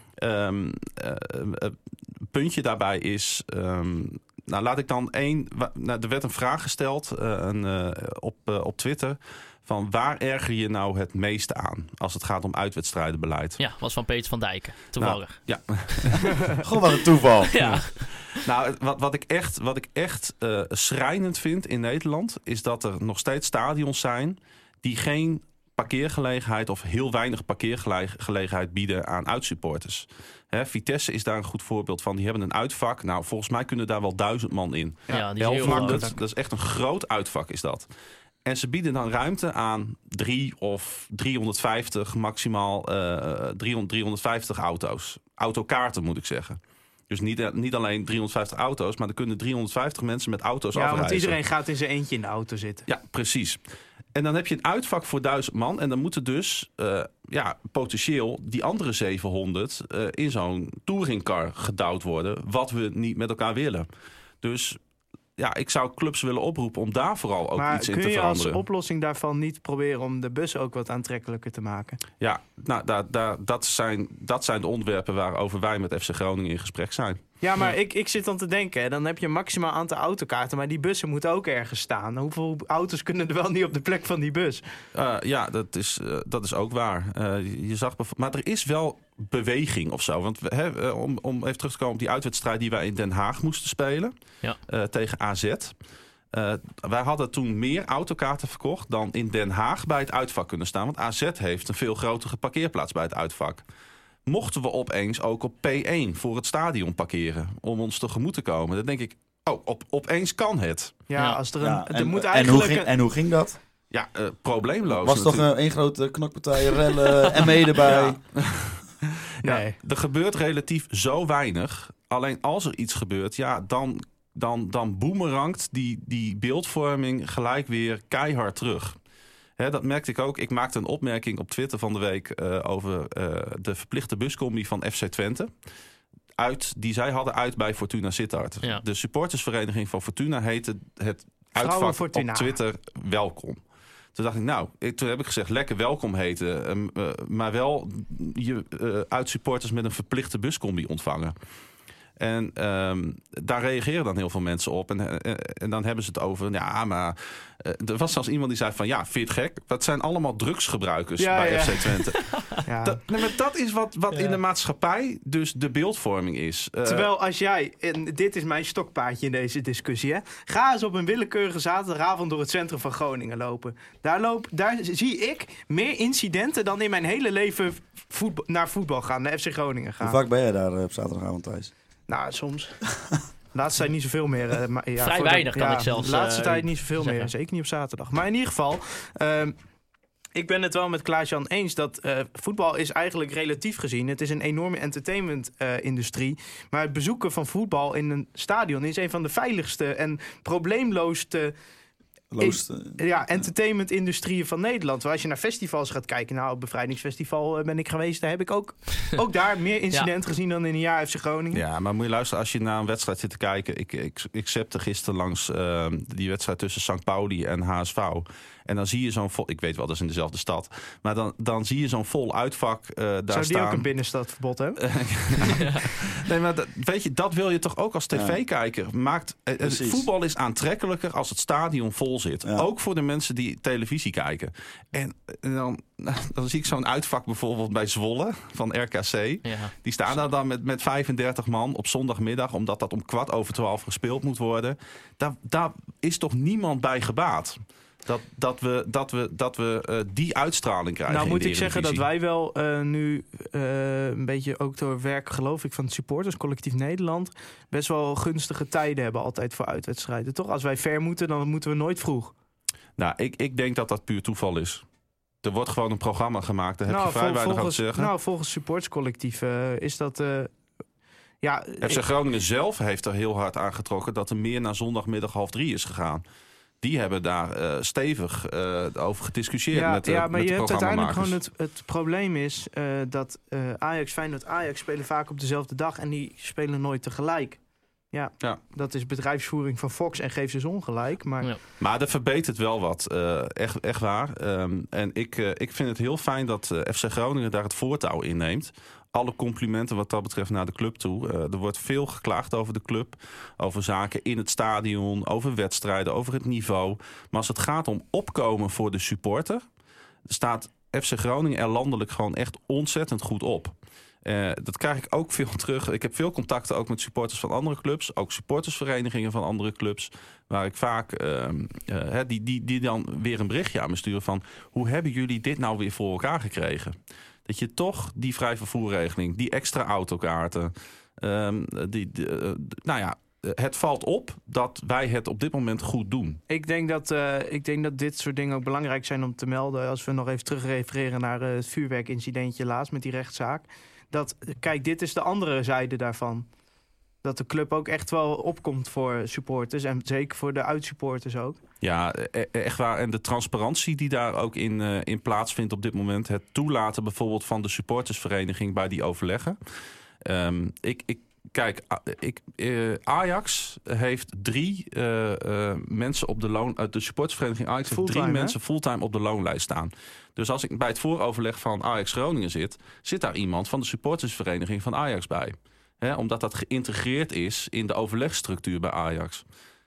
Um, uh, uh, puntje daarbij is... Um, nou, laat ik dan één... Nou, er werd een vraag gesteld uh, een, uh, op, uh, op Twitter... van waar erger je nou het meeste aan... als het gaat om uitwedstrijdenbeleid? Ja, was van Peter van Dijken, toevallig. Nou, ja. Gewoon wat een toeval. Ja, Nou, wat, wat ik echt, wat ik echt uh, schrijnend vind in Nederland... is dat er nog steeds stadions zijn... die geen parkeergelegenheid of heel weinig parkeergelegenheid bieden aan uitsupporters. Hè, Vitesse is daar een goed voorbeeld van. Die hebben een uitvak. Nou, volgens mij kunnen daar wel duizend man in. ja, die is heel elfhonderd, groot. dat is echt een groot uitvak is dat. En ze bieden dan ruimte aan drie of driehonderdvijftig, maximaal uh, driehonderd, driehonderdvijftig auto's. Autokaarten moet ik zeggen. Dus niet, niet alleen driehonderdvijftig auto's, maar er kunnen driehonderdvijftig mensen met auto's ja, afreizen. want iedereen gaat in zijn eentje in de auto zitten. Ja, precies. En dan heb je een uitvak voor duizend man. En dan moeten dus uh, ja, potentieel die andere zevenhonderd uh, in zo'n touringcar gedouwd worden. Wat we niet met elkaar willen. Dus ja, ik zou clubs willen oproepen om daar vooral ook Maar iets in kun te je als veranderen. oplossing daarvan niet proberen om de bus ook wat aantrekkelijker te maken? Ja, nou, daar, daar, dat, zijn, dat zijn de onderwerpen waarover wij met F C Groningen in gesprek zijn. Ja, maar ik, ik zit dan te denken, hè, dan heb je een maximaal aantal autokaarten, maar die bussen moeten ook ergens staan. Hoeveel auto's kunnen er wel niet op de plek van die bus? Uh, ja, dat is, uh, dat is ook waar. Uh, je zag bev- maar er is wel beweging of zo. Want we, hè, uh, om, om even terug te komen op die uitwedstrijd die wij in Den Haag moesten spelen. Ja. Uh, tegen A Z. Uh, wij hadden toen meer autokaarten verkocht dan in Den Haag bij het uitvak kunnen staan. Want A Z heeft een veel grotere parkeerplaats bij het uitvak. Mochten we opeens ook op P één voor het stadion parkeren om ons tegemoet te komen. Dan denk ik, oh, op, opeens kan het. Ja, Ja. als er een. Ja, er en, moet en, eigenlijk. hoe ging, een- en hoe ging dat? Ja, uh, probleemloos. Was toch natuurlijk. een één grote knokpartij, rellen, M E erbij? Ja. Ja, Nee. er gebeurt relatief zo weinig. Alleen als er iets gebeurt, ja, dan, dan, dan boemerangt die, die beeldvorming gelijk weer keihard terug. Hè, dat merkte ik ook. Ik maakte een opmerking op Twitter van de week uh, over uh, de verplichte buscombi van F C Twente. Uit, die zij hadden uit bij Fortuna Sittard. Ja. De supportersvereniging van Fortuna heette het Vrouwen uitvak Fortuna. op Twitter welkom. Toen dacht ik, nou, ik, toen heb ik gezegd, lekker welkom heten. Um, uh, maar wel je uh, uitsupporters met een verplichte buscombi ontvangen. En um, daar reageren dan heel veel mensen op. En, uh, en dan hebben ze het over, ja, maar... Uh, er was zelfs iemand die zei van, ja, vind je het gek? Dat zijn allemaal drugsgebruikers Ja, bij ja. F C Twente. Ja. dat, nee, maar dat is wat, wat Ja. in de maatschappij dus de beeldvorming is. Uh, Terwijl als jij, en dit is mijn stokpaardje in deze discussie, hè, ga eens op een willekeurige zaterdagavond door het centrum van Groningen lopen. Daar, loop, daar zie ik meer incidenten dan in mijn hele leven voetbal, naar voetbal gaan, naar F C Groningen gaan. Hoe vaak ben jij daar uh, op zaterdagavond thuis? Nou, soms. Laatste tijd niet zoveel meer. Uh, maar, ja, Vrij voor weinig de, kan ja, ik zelfs De laatste uh, tijd niet zoveel zeggen. meer. Zeker niet op zaterdag. Maar in ieder geval... Uh, ik ben het wel met Klaas-Jan eens dat uh, voetbal is eigenlijk relatief gezien. Het is een enorme entertainment-industrie. Uh, maar het bezoeken van voetbal in een stadion is een van de veiligste en probleemloosste... Looste. Ja, entertainment-industrieën van Nederland. Als je naar festivals gaat kijken, nou, op Bevrijdingsfestival ben ik geweest. Daar heb ik ook, ook daar meer incidenten ja. gezien dan in een jaar F C Groningen. Ja, maar moet je luisteren, als je naar een wedstrijd zit te kijken. Ik, ik, ik zepte gisteren langs uh, die wedstrijd tussen Sankt Pauli en H S V. En dan zie je zo'n vol... Ik weet wel, dat is in dezelfde stad. Maar dan, dan zie je zo'n vol uitvak uh, daar Zou die staan. ook een binnenstadverbod hebben? ja. Nee, maar dat, weet je, dat wil je toch ook als tv-kijker. Maakt, uh, voetbal is aantrekkelijker als het stadion vol zit. Ja. Ook voor de mensen die televisie kijken. En, en dan, dan zie ik zo'n uitvak bijvoorbeeld bij Zwolle van R K C. Ja. Die staan daar dan met, met vijfendertig man op zondagmiddag, omdat dat om kwart over twaalf gespeeld moet worden. Daar, daar is toch niemand bij gebaat? Dat, dat we, dat we, dat we uh, die uitstraling krijgen. Nou, moet in ik zeggen dat wij wel uh, nu uh, een beetje ook door werk, geloof ik, van het supporterscollectief Nederland best wel gunstige tijden hebben altijd voor uitwedstrijden. Toch? Als wij ver moeten, dan moeten we nooit vroeg. Nou, ik, ik denk dat dat puur toeval is. Er wordt gewoon een programma gemaakt. Daar heb nou, je vrij weinig volgens, over te zeggen. Nou, volgens het supporterscollectief uh, is dat... Uh, ja, F C Groningen zelf heeft er heel hard aangetrokken dat er meer naar zondagmiddag half drie is gegaan. Die hebben daar uh, stevig uh, over gediscussieerd ja, met de Ja, maar met je de hebt uiteindelijk gewoon het, programmamakers. het probleem is uh, dat uh, Ajax, Feyenoord, Ajax spelen vaak op dezelfde dag en die spelen nooit tegelijk. Ja, ja. Dat is bedrijfsvoering van Fox en geeft ze ongelijk. Maar, ja. maar er verbetert wel wat, uh, echt, echt waar. Um, en ik, uh, ik vind het heel fijn dat uh, F C Groningen daar het voortouw inneemt. Alle complimenten wat dat betreft naar de club toe. Uh, er wordt veel geklaagd over de club. Over zaken in het stadion, over wedstrijden, over het niveau. Maar als het gaat om opkomen voor de supporter, staat F C Groningen er landelijk gewoon echt ontzettend goed op. Uh, dat krijg ik ook veel terug. Ik heb veel contacten ook met supporters van andere clubs. Ook supportersverenigingen van andere clubs. Waar ik vaak uh, uh, die, die, die dan weer een berichtje aan me sturen van hoe hebben jullie dit nou weer voor elkaar gekregen? Dat je toch die vrij vervoerregeling, die extra autokaarten. Um, die, die, uh, nou ja, het valt op dat wij het op dit moment goed doen. Ik denk dat, uh, ik denk dat dit soort dingen ook belangrijk zijn om te melden. Als we nog even terugrefereren naar uh, het vuurwerkincidentje laatst met die rechtszaak. Dat, kijk, dit is de andere zijde daarvan. Dat de club ook echt wel opkomt voor supporters. En zeker voor de uitsupporters ook. Ja, echt waar. En de transparantie die daar ook in, uh, in plaatsvindt op dit moment. Het toelaten bijvoorbeeld van de supportersvereniging bij die overleggen. Um, ik, ik, kijk, ik, uh, Ajax heeft drie uh, uh, mensen op de loon... Uh, de supportersvereniging Ajax heeft fulltime, drie hè? mensen fulltime op de loonlijst staan. Dus als ik bij het vooroverleg van Ajax Groningen zit, zit daar iemand van de supportersvereniging van Ajax bij. He, omdat dat geïntegreerd is in de overlegstructuur bij Ajax.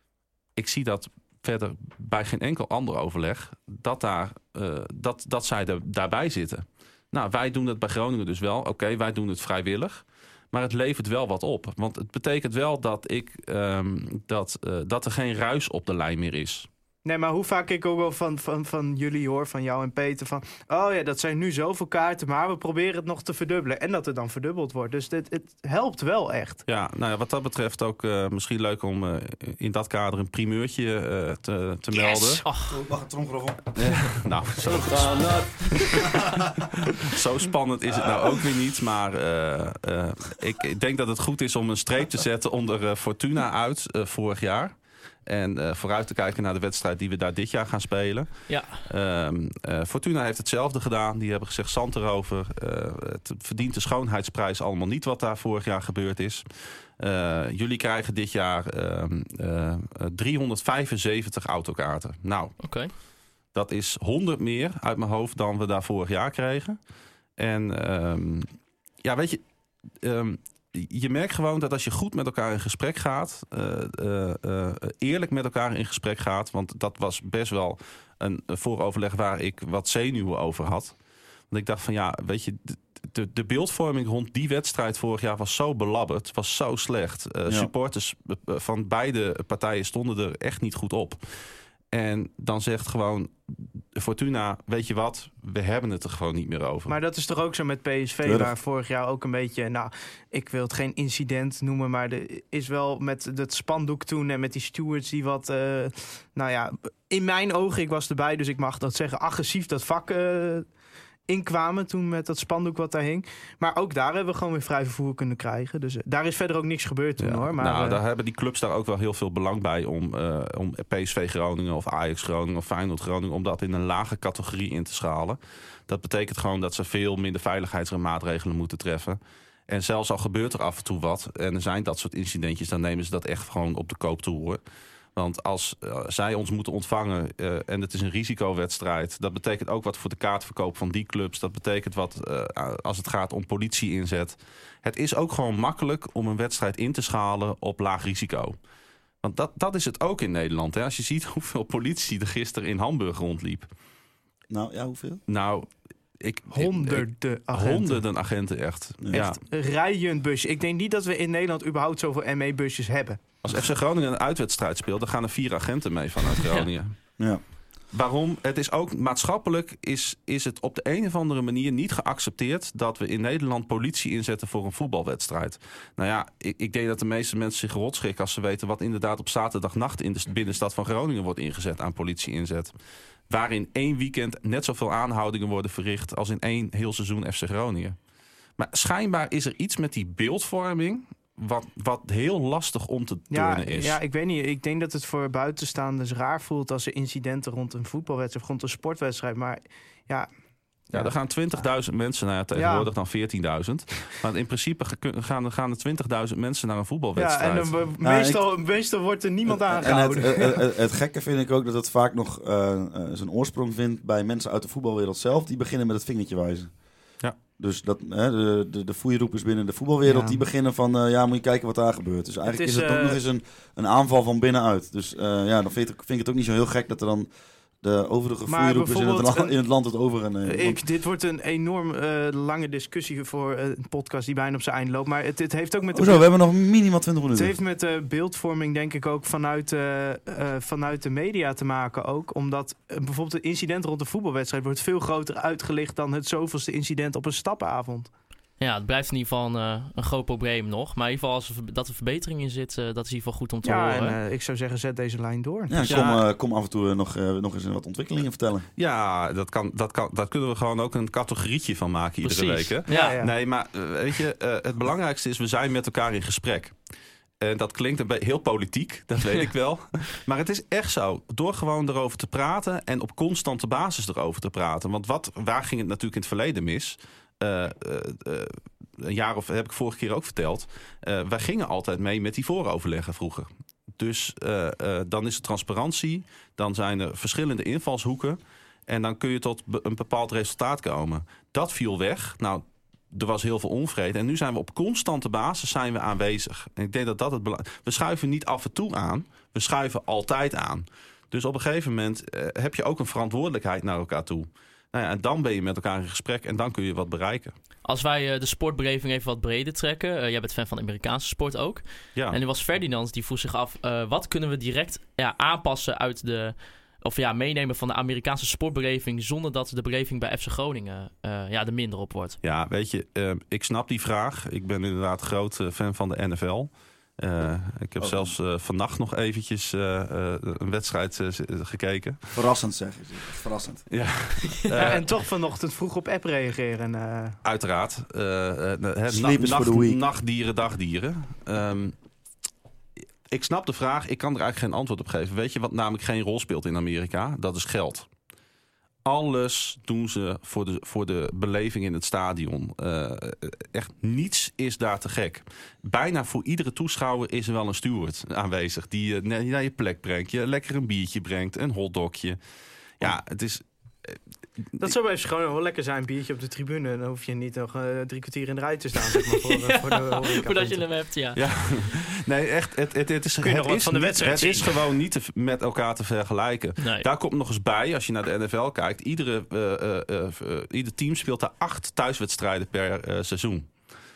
Ik zie dat verder bij geen enkel ander overleg, dat, daar, uh, dat, dat zij er, daarbij zitten. Nou, wij doen dat bij Groningen dus wel. Oké, okay, wij doen het vrijwillig. Maar het levert wel wat op. Want het betekent wel dat, ik, um, dat, uh, dat er geen ruis op de lijn meer is. Nee, maar hoe vaak ik ook wel van, van, van jullie hoor, van jou en Peter, van oh ja, dat zijn nu zoveel kaarten, maar we proberen het nog te verdubbelen. En dat het dan verdubbeld wordt. Dus dit, het helpt wel echt. Ja, nou ja, wat dat betreft ook uh, misschien leuk om uh, in dat kader een primeurtje uh, te, te yes. melden. Oh, mag een tromgeroffel? Ja, nou, zo, zo spannend is het nou ook weer niet. Maar uh, uh, ik, ik denk dat het goed is om een streep te zetten onder uh, Fortuna uit uh, vorig jaar. En uh, vooruit te kijken naar de wedstrijd die we daar dit jaar gaan spelen. Ja. Um, uh, Fortuna heeft hetzelfde gedaan. Die hebben gezegd, zand erover. Uh, het verdient de schoonheidsprijs allemaal niet wat daar vorig jaar gebeurd is. Uh, jullie krijgen dit jaar uh, uh, driehonderdvijfenzeventig autokaarten. Nou, okay. Dat is honderd meer uit mijn hoofd dan we daar vorig jaar kregen. En um, ja, weet je... Um, Je merkt gewoon dat als je goed met elkaar in gesprek gaat, uh, uh, uh, eerlijk met elkaar in gesprek gaat, want dat was best wel een vooroverleg waar ik wat zenuwen over had. Want ik dacht van ja, weet je, de, de beeldvorming rond die wedstrijd vorig jaar was zo belabberd, was zo slecht. Uh, ja. Supporters van beide partijen stonden er echt niet goed op. En dan zegt gewoon Fortuna, weet je wat, we hebben het er gewoon niet meer over. Maar dat is toch ook zo met P S V, Tuurlijk. waar vorig jaar ook een beetje, nou, ik wil het geen incident noemen, maar er is wel met het spandoek toen en met die stewards die wat, uh, nou ja, in mijn ogen, ik was erbij, dus ik mag dat zeggen, agressief dat vak uh, inkwamen toen met dat spandoek wat daar hing. Maar ook daar hebben we gewoon weer vrij vervoer kunnen krijgen. Dus uh, daar is verder ook niks gebeurd toen, Ja, hoor. Maar, nou, uh, daar hebben die clubs daar ook wel heel veel belang bij om, uh, om P S V Groningen of Ajax Groningen of Feyenoord Groningen, om dat in een lage categorie in te schalen. Dat betekent gewoon dat ze veel minder veiligheidsmaatregelen moeten treffen. En zelfs al gebeurt er af en toe wat en er zijn dat soort incidentjes, dan nemen ze dat echt gewoon op de koop toe, hoor. Want als uh, zij ons moeten ontvangen uh, en het is een risicowedstrijd, dat betekent ook wat voor de kaartverkoop van die clubs. Dat betekent wat uh, als het gaat om politie-inzet. Het is ook gewoon makkelijk om een wedstrijd in te schalen op laag risico. Want dat, dat is het ook in Nederland. Hè? Als je ziet hoeveel politie er gisteren in Hamburg rondliep. Nou, ja, hoeveel? Nou, ik, honderden ik, agenten. Honderden agenten, echt. Ja. Ja. Echt rijen busjes. Ik denk niet dat we in Nederland überhaupt zoveel M E-busjes hebben. Als F C Groningen een uitwedstrijd speelt, dan gaan er vier agenten mee vanuit Groningen. Ja. Ja. Waarom? Het is ook maatschappelijk is, is het op de een of andere manier niet geaccepteerd dat we in Nederland politie inzetten voor een voetbalwedstrijd. Nou ja, ik, ik denk dat de meeste mensen zich rotschrikken als ze weten wat inderdaad op zaterdagnacht in de binnenstad van Groningen wordt ingezet aan politie-inzet. Waarin één weekend net zoveel aanhoudingen worden verricht als in één heel seizoen F C Groningen. Maar schijnbaar is er iets met die beeldvorming Wat, wat heel lastig om te turnen Ja, is. ja, ik weet niet. Ik denk dat het voor buitenstaanders raar voelt als er incidenten rond een voetbalwedstrijd of rond een sportwedstrijd. Maar ja. Ja, er gaan twintigduizend mensen naar, tegenwoordig Ja. dan veertienduizend. Maar in principe ge- gaan, gaan er twintigduizend mensen naar een Ja, voetbalwedstrijd. en dan, we- Nou, meestal, meestal wordt er niemand En het, aangehouden. het, het, het gekke vind ik ook dat het vaak nog uh, uh, zijn oorsprong vindt bij mensen uit de voetbalwereld zelf. Die beginnen met het vingertje wijzen. Ja. Dus dat, hè, de, de, de foeieroepers binnen de voetbalwereld, Ja. die beginnen van, uh, ja, moet je kijken wat daar gebeurt. Dus eigenlijk Het is, is, het ook uh, nog eens een, een aanval van binnenuit. Dus uh, ja, dan vind ik, vind ik het ook niet zo heel gek dat er dan de overige Maar foeieroepers in het, bijvoorbeeld la- een- in het land het over gaan nemen. Want- Ik, dit wordt een enorm uh, lange discussie voor uh, een podcast die bijna op zijn eind loopt. Maar het, het heeft ook met de Hoezo, we hebben nog minimaal twintig Het minuten. heeft met de beeldvorming denk ik ook vanuit, uh, uh, vanuit de media te maken ook. Omdat uh, bijvoorbeeld het incident rond de voetbalwedstrijd wordt veel groter uitgelicht dan het zoveelste incident op een stappenavond. Ja, het blijft in ieder geval een, uh, een groot probleem nog. Maar in ieder geval als er, ver- dat er verbetering in zit, uh, dat is in ieder geval goed om te Ja, horen. en uh, ik zou zeggen zet deze lijn door. Ja, Ja. Kom, uh, kom af en toe uh, nog, uh, nog eens wat ontwikkelingen vertellen. Ja, dat kan, dat kan, daar kunnen we gewoon ook een categorietje van maken iedere Precies. week. Hè? Ja, Ja, ja. Nee, maar uh, weet je, uh, het belangrijkste is, we zijn met elkaar in gesprek. En dat klinkt een beetje heel politiek, dat weet ik wel. Maar het is echt zo. Door gewoon erover te praten en op constante basis erover te praten. Want wat, waar ging het natuurlijk in het verleden mis? Uh, uh, uh, een jaar of, heb ik vorige keer ook verteld. Uh, wij gingen altijd mee met die vooroverleggen vroeger. Dus uh, uh, dan is er transparantie. Dan zijn er verschillende invalshoeken. En dan kun je tot be- een bepaald resultaat komen. Dat viel weg. Nou, er was heel veel onvrede. En nu zijn we op constante basis zijn we aanwezig. En ik denk dat dat het belangrijk is. We schuiven niet af en toe aan. We schuiven altijd aan. Dus op een gegeven moment uh, heb je ook een verantwoordelijkheid naar elkaar toe. Nou ja, en dan ben je met elkaar in gesprek en dan kun je wat bereiken. Als wij uh, de sportbeleving even wat breder trekken. Uh, jij bent fan van de Amerikaanse sport ook. Ja. En nu was Ferdinand, die vroeg zich af... Uh, wat kunnen we direct ja, aanpassen uit de... of ja, meenemen van de Amerikaanse sportbeleving... zonder dat de beleving bij F C Groningen uh, ja, er minder op wordt? Ja, weet je, uh, ik snap die vraag. Ik ben inderdaad groot uh, fan van de N F L. Uh, ik heb Oh. zelfs uh, vannacht nog eventjes uh, uh, een wedstrijd uh, gekeken. Verrassend zeg je. Verrassend. Ja, Ja, uh, en toch vanochtend vroeg op app reageren. Uh, uiteraad. Uh, uh, het Sleep is for the week. Nachtdieren, dagdieren. Um, ik snap de vraag. Ik kan er eigenlijk geen antwoord op geven. Weet je wat namelijk geen rol speelt in Amerika? Dat is geld. Alles doen ze voor de, voor de beleving in het stadion. Uh, echt niets is daar te gek. Bijna voor iedere toeschouwer is er wel een steward aanwezig... die je naar je plek brengt, je lekker een biertje brengt, een hotdogje. Ja, het is... dat zou bij F C Groningen wel lekker zijn, een biertje op de tribune. Dan hoef je niet nog uh, drie kwartier in de rij te staan. Zeg maar, voor, uh, voor de horeca. Voordat je hem hebt, ja. Ja, nee, echt. Het, het, het is, Kun je het nog wat is, van de niet- wedstrijd het is zien? gewoon niet te, met elkaar te vergelijken. Nee. Daar komt nog eens bij, als je naar de N F L kijkt... iedere, uh, uh, uh, uh, ieder team speelt daar acht thuiswedstrijden per uh, seizoen.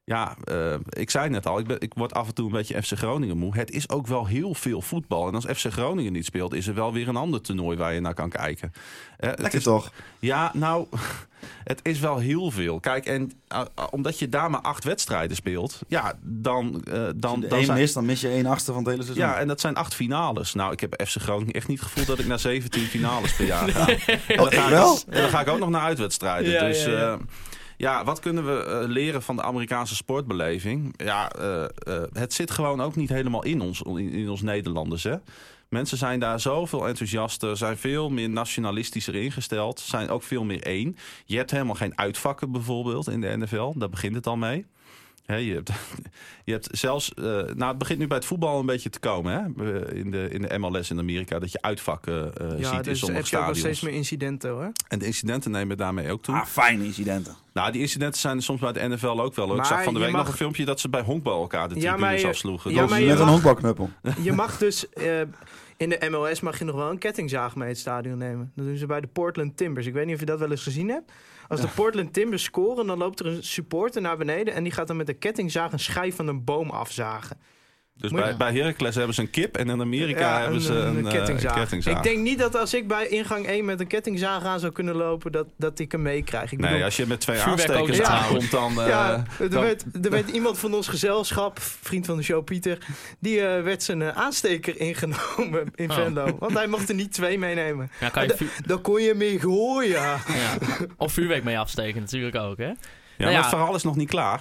Ja, uh, ik zei net al, ik, ben, ik word af en toe een beetje F C Groningen moe. Het is ook wel heel veel voetbal. En als F C Groningen niet speelt, is er wel weer een ander toernooi waar je naar kan kijken. Uh, Lekker is, toch? Ja, nou, het is wel heel veel. Kijk, en uh, omdat je daar maar acht wedstrijden speelt, ja, dan... Uh, dan als je dan één zijn, mist, dan mis je één achtste van het hele seizoen. Ja, en dat zijn acht finales. Nou, ik heb F C Groningen echt niet gevoeld dat ik naar zeventien finales per jaar ga. Nee. En, oh, dan ga wel? ik, en dan ga ik ook nog naar uitwedstrijden. Ja, dus... ja, ja. Uh, Ja, wat kunnen we uh, leren van de Amerikaanse sportbeleving? Ja, uh, uh, het zit gewoon ook niet helemaal in ons, in, in ons Nederlanders. Hè? Mensen zijn daar zoveel enthousiaster, zijn veel meer nationalistischer ingesteld, zijn ook veel meer één. Je hebt helemaal geen uitvakken bijvoorbeeld in de N F L, daar begint het al mee. He, je, hebt, je hebt zelfs, uh, nou het begint nu bij het voetbal een beetje te komen, hè? In, de, in de M L S in Amerika, dat je uitvakken uh, ja, ziet dus in sommige heb je stadions. ook nog steeds meer incidenten hoor. En de incidenten nemen daarmee ook toe. Ah, fijne incidenten. Nou, die incidenten zijn er soms bij de N F L ook wel. Maar ik zag van de week mag... nog een filmpje dat ze bij honkbal elkaar de ja, tribunes je... afsloegen. Ja, met mag... een honkbalknuppel. Je mag dus... Uh, in de M L S mag je nog wel een kettingzaag mee het stadion nemen. Dat doen ze bij de Portland Timbers. Ik weet niet of je dat wel eens gezien hebt. Als de Portland Timbers scoren, dan loopt er een supporter naar beneden en die gaat dan met een kettingzaag een schijf van een boom afzagen. Dus Moet bij, je... bij Heracles hebben ze een kip en in Amerika ja, hebben een, ze een, een, uh, kettingzaag. een kettingzaag. Ik denk niet dat als ik bij ingang één met een kettingzaag aan zou kunnen lopen, dat, dat ik hem meekrijg. Ik nee, bedoel... als je met twee Vuurwerk aanstekers ook niet aankomt, dan... Uh, ja, er, dan... werd, er werd iemand van ons gezelschap, vriend van de show Pieter, die uh, werd zijn uh, aansteker ingenomen in Oh. Venlo. Want hij mocht er niet twee meenemen. Ja, kan je vu- Daar kon je mee gooien. ja. Of vuurwerk mee afsteken natuurlijk ook, hè? Ja, Nou maar ja. het verhaal is nog niet klaar.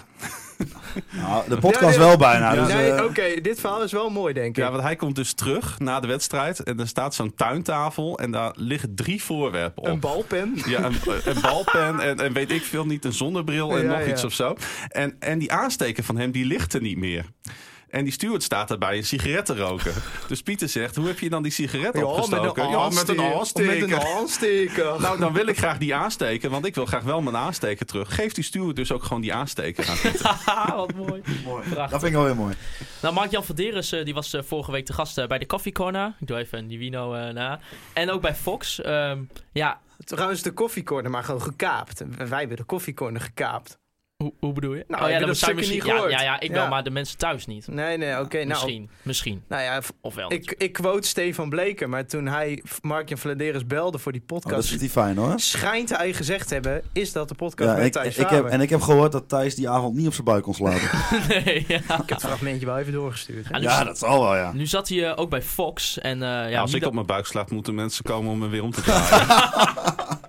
Nou, de podcast Ja, nee, wel bijna. ja. Dus, nee, uh, oké, okay, dit verhaal is wel mooi, denk ik. Ja, want hij komt dus terug na de wedstrijd en er staat zo'n tuintafel en daar liggen drie voorwerpen op. Een balpen. Ja, een, een balpen en, en weet ik veel niet, een zonnebril en Ja, nog ja. iets of zo. En, en die aansteker van hem, die ligt er niet meer. En die steward staat daarbij een sigaret te roken. Dus Pieter zegt, hoe heb je dan die sigaret Ja, opgestoken? met een aansteker. Met een aansteker. Nou, dan wil ik graag die aansteken, want ik wil graag wel mijn aansteker terug. Geeft die steward dus ook gewoon die aansteker aan Pieter. Wat mooi. mooi. Prachtig. Dat vind ik wel heel mooi. Nou, Mark-Jan Verderes, uh, die was uh, vorige week te gast uh, bij de Coffee Corner. Ik doe even een Divino uh, na. En ook bij Fox. Um, ja. Trouwens, de koffiecorner maar gewoon gekaapt. Wij hebben de koffiecorner gekaapt. Hoe, hoe bedoel je? Nou, oh, ja, heb je dat dat zou stukje misschien... niet gehoord? Ja, ja, ja, ik Ja. wel, maar de mensen thuis niet. Nee, nee, oké. Okay, nou, Misschien, misschien. nou ja, Of wel. ik, ik quote Stefan Bleker, maar toen hij Mark-Jan Vladeres belde voor die Oh, dat podcast, vindt hij fijn hoor. schijnt hij gezegd te hebben, is dat de podcast Ja, met ik, Thijs ik Faber. heb, en ik heb gehoord dat Thijs die avond niet op zijn buik kon slapen. nee, ja. Ik heb het fragmentje wel even doorgestuurd. Hè? Ah, nu, Ja, dat zal wel, ja. nu zat hij uh, ook bij Fox. En, uh, ja, Ja, als ik Mida- op mijn buik slaap, moeten mensen komen om me weer om te draaien.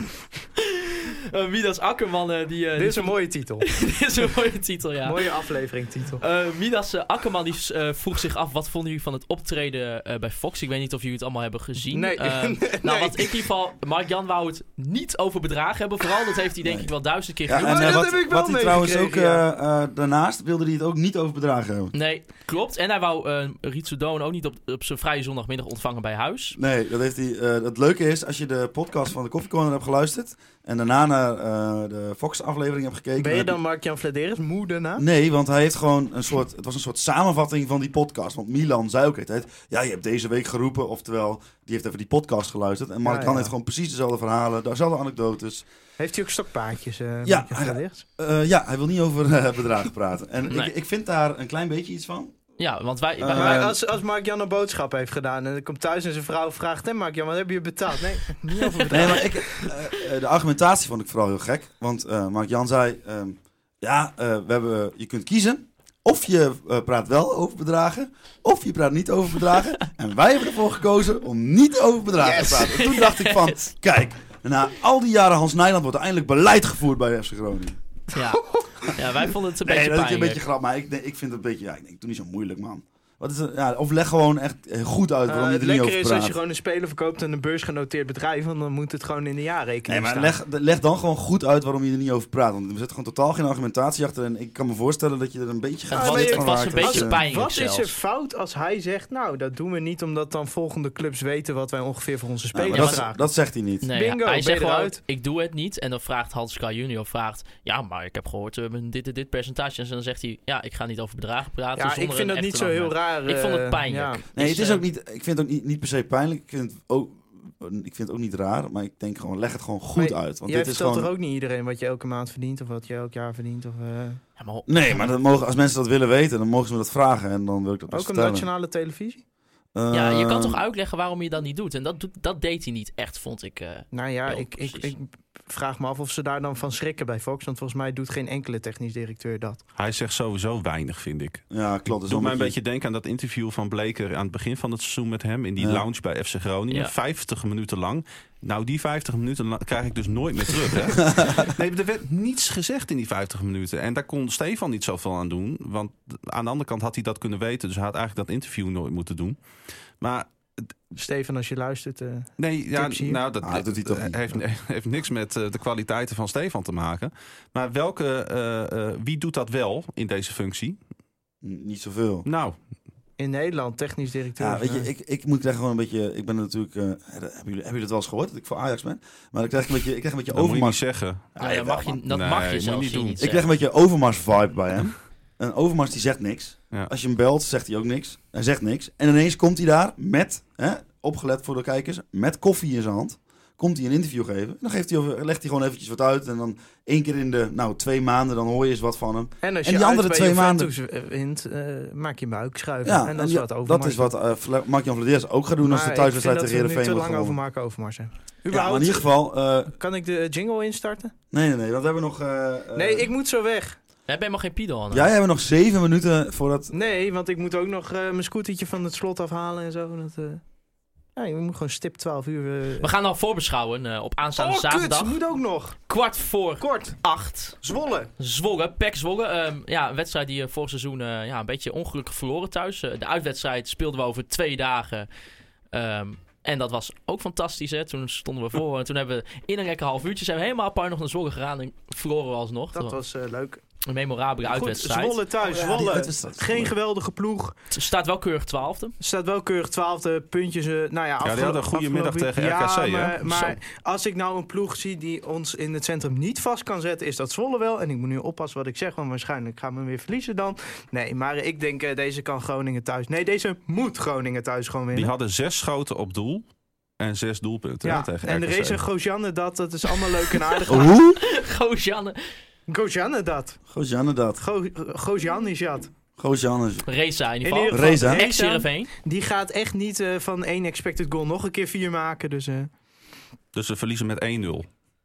uh, Midas Akkerman, uh, die... Uh, Dit die is een mooie titel. Dit is een mooie titel, ja. Mooie aflevering titel. Uh, Midas uh, Akkerman die uh, vroeg zich af, wat vonden jullie van het optreden uh, bij Fox? Ik weet niet of jullie het allemaal hebben gezien. Nee. Uh, nee. Nou, wat ik in ieder geval... Mark-Jan wou het niet over bedragen hebben. Vooral, dat heeft hij denk Nee. ik wel duizend keer Ja, genoemd. en Oh, uh, dat wat, heb ik wel wat hij trouwens ook meegekregen, uh, uh, daarnaast wilde hij het ook niet over bedragen hebben. Nee, klopt. En hij wou uh, Ritsu Doan ook niet op, op zijn vrije zondagmiddag ontvangen bij huis. Nee, dat heeft hij. Uh, het leuke is, als je de podcast van de Coffee Corner hebt geluisterd en daarna naar uh, de Fox-aflevering hebt gekeken. Ben je heb dan Mark-Jan Vladeres moe daarna? Nee, want hij heeft gewoon een soort. Het was een soort samenvatting van die podcast. Want Milan zei ook altijd: ja, je hebt deze week geroepen. Oftewel, die heeft even die podcast geluisterd. En Mark-Jan Ja, ja. heeft gewoon precies dezelfde verhalen, dezelfde anekdotes. Heeft hij ook stokpaardjes, uh, Ja, Mark-Jan Vladeres? Uh, ja, hij wil niet over uh, bedragen praten. En Nee. ik, ik vind daar een klein beetje iets van. Ja, want wij... Uh, wij- Maar Uh, als, als Mark-Jan een boodschap heeft gedaan en dan komt thuis en zijn vrouw vraagt... Hé Mark-Jan, wat heb je betaald? Nee, niet over bedragen. Nee, maar ik, uh, uh, de argumentatie vond ik vooral heel gek. Want uh, Mark-Jan zei: um, ja, uh, we hebben, je kunt kiezen. Of je uh, praat wel over bedragen, of je praat niet over bedragen. En wij hebben ervoor gekozen om niet over bedragen Yes. te praten. En toen dacht ik van, Yes. kijk, na al die jaren Hans Nijland wordt er eindelijk beleid gevoerd bij F C Groningen. Ja. ja, wij vonden het een Nee, beetje dat is een pijnlijk. beetje grap, maar ik, nee, ik vind het een beetje, ja, ik denk, doe niet zo moeilijk, man. Wat is het? Ja, of leg gewoon echt eh, goed uit waarom Uh, je het er niet lekker over is praat. als je gewoon een speler verkoopt aan een beursgenoteerd bedrijf... want dan moet het gewoon in de jaarrekening Nee, maar staan. leg, leg dan gewoon goed uit waarom je er niet over praat. Want er zit gewoon totaal geen argumentatie achter. En ik kan me voorstellen dat je er een beetje Het gaat was- zitten het van was raakt een als beetje je- pijnlijk Wat is er zelfs. fout als hij zegt... nou, dat doen we niet omdat dan volgende clubs weten... wat wij ongeveer voor onze Ja, spelers maar dat, vragen. dat zegt hij niet. Nee, Bingo, hij ben zegt je gewoon, eruit? ik doe het niet. En dan vraagt Hans Kraaij junior, vraagt, ja, maar ik heb gehoord, we hebben dit en dit percentage. En dan zegt hij, ja, ik ga niet over bedragen praten. Ja, zonder ik vind een dat niet echte zo heel argument. raar. Ik vond het eh, pijnlijk. ja. Nee, Dus, het is eh, ook niet, ik vind het ook niet, niet per se pijnlijk. Ik vind, het ook, ik vind het ook niet raar. Maar ik denk gewoon, leg het gewoon goed Maar uit. Want Jij dit is vertelt gewoon... toch ook niet iedereen wat je elke maand verdient... of wat je elk jaar verdient? Of, uh... Ja, maar, Nee, maar dat mogen, als mensen dat willen weten, dan mogen ze me dat vragen. En dan wil ik dat best Ook op vertellen. nationale televisie? ja, je kan Uh, toch uitleggen waarom je dat niet doet. En dat, doet, dat deed hij niet echt, vond ik. Uh, Nou ja, Ja, ik, ik, precies. ik vraag me af of ze daar dan van schrikken bij Fox. Want volgens mij doet geen enkele technisch directeur dat. Hij zegt sowieso weinig, vind ik. Ja, klopt. Doet mij een beetje denken aan dat interview van Bleker aan het begin van het seizoen met hem in die Ja. lounge bij F C Groningen. Ja. vijftig minuten lang. Nou, die vijftig minuten lang krijg ik dus nooit meer terug. Hè? Nee, er werd niets gezegd in die vijftig minuten. En daar kon Stefan niet zoveel aan doen. Want aan de andere kant had hij dat kunnen weten. Dus hij had eigenlijk dat interview nooit moeten doen. Maar Steven, als je luistert... Uh, nee, ja, Tips hier? nou, dat, Ah, dat doet hij toch niet. heeft, heeft niks met uh, de kwaliteiten van Stefan te maken. Maar welke, uh, uh, wie doet dat wel in deze functie? Niet zoveel. Nou, in Nederland, technisch directeur. Ja, weet je, uh, ik, ik moet zeggen gewoon een beetje... Ik ben natuurlijk... Uh, hebben, jullie, hebben jullie dat wel eens gehoord, dat ik voor Ajax ben? Maar ik krijg een beetje, ik krijg een beetje dat moet je niet overmars... zeggen. nou, ja, mag je, dat Nee, mag moet je je zelfs niet niet, doen. niet Ik krijg een beetje Overmars-vibe bij hem. En Overmars die zegt niks. Ja. Als je hem belt, zegt hij ook niks. Hij zegt niks. En ineens komt hij daar met, hè, opgelet voor de kijkers, met koffie in zijn hand. Komt hij een interview geven. Dan geeft hij over, legt hij gewoon eventjes wat uit. En dan één keer in de nou, twee maanden, dan hoor je eens wat van hem. En als en je die uit andere bij twee maanden... Juventus wint, uh, maak je buik schuiven. Ja, en dat en is ja, wat Overmars. dat is wat uh, Vla- Mark-Jan Vladeers ook gaat doen als de thuiswedstrijd tegen Heerenveen Heerenveen wordt wordt te lang over gewonnen. Marco Overmars hebben. Ja, Überhaupt, maar in ieder geval... Uh, kan ik de jingle instarten? nee, nee, nee. Want we hebben nog... Uh, uh, Nee, ik moet zo weg. We hebben helemaal geen Piedel aan. Jij hebt nog zeven minuten voordat... Nee, want ik moet ook nog uh, mijn scootertje van het slot afhalen en zo. Dat, uh... Ja, je moet gewoon stip twaalf uur... Uh... We gaan dan voorbeschouwen uh, op aanstaande oh, zaterdag. kut, moet ook nog. Kwart voor Kort. acht. Zwolle. Zwolle, P E C Zwolle. Um, ja, een wedstrijd die uh, vorig seizoen uh, ja, een beetje ongelukkig verloren thuis. Uh, de uitwedstrijd speelden we over twee dagen. Um, en dat was ook fantastisch. Hè? Toen stonden we voor. En toen hebben we in een lekker half uurtje zijn we helemaal apart nog naar Zwolle gegaan. En verloren we alsnog. Dat was uh, leuk. Een memorabele Goed, uitwedstrijd. Zwolle thuis, Oh ja, die Zwolle. uitwedstrijd. Geen geweldige ploeg. Het staat wel keurig twaalfde. Staat wel keurig twaalfde puntjes. Uh, nou ja, Ja, die afgelo- hadden een goede middag afgelopen- tegen ja, R K C, hè? maar, maar Zo. als ik nou een ploeg zie die ons in het centrum niet vast kan zetten, is dat Zwolle wel. En ik moet nu oppassen wat ik zeg, want waarschijnlijk gaan we weer verliezen dan. Nee, maar ik denk uh, deze kan Groningen thuis. Nee, deze moet Groningen thuis gewoon winnen. Die hadden zes schoten op doel en zes doelpunten ja, hè, tegen en R K C. er is een Gojanne dat, dat is allemaal leuk en aardig. Hoe? Goosjanne. Gojanne dat. Gojanne dat. Go, Gojanne is dat. Gojanne. Reza in ieder In geval. ieder geval, Reza. Ex Heerenveen. Die gaat echt niet uh, van één expected goal nog een keer vier maken. Dus uh, Dus ze verliezen met één nul.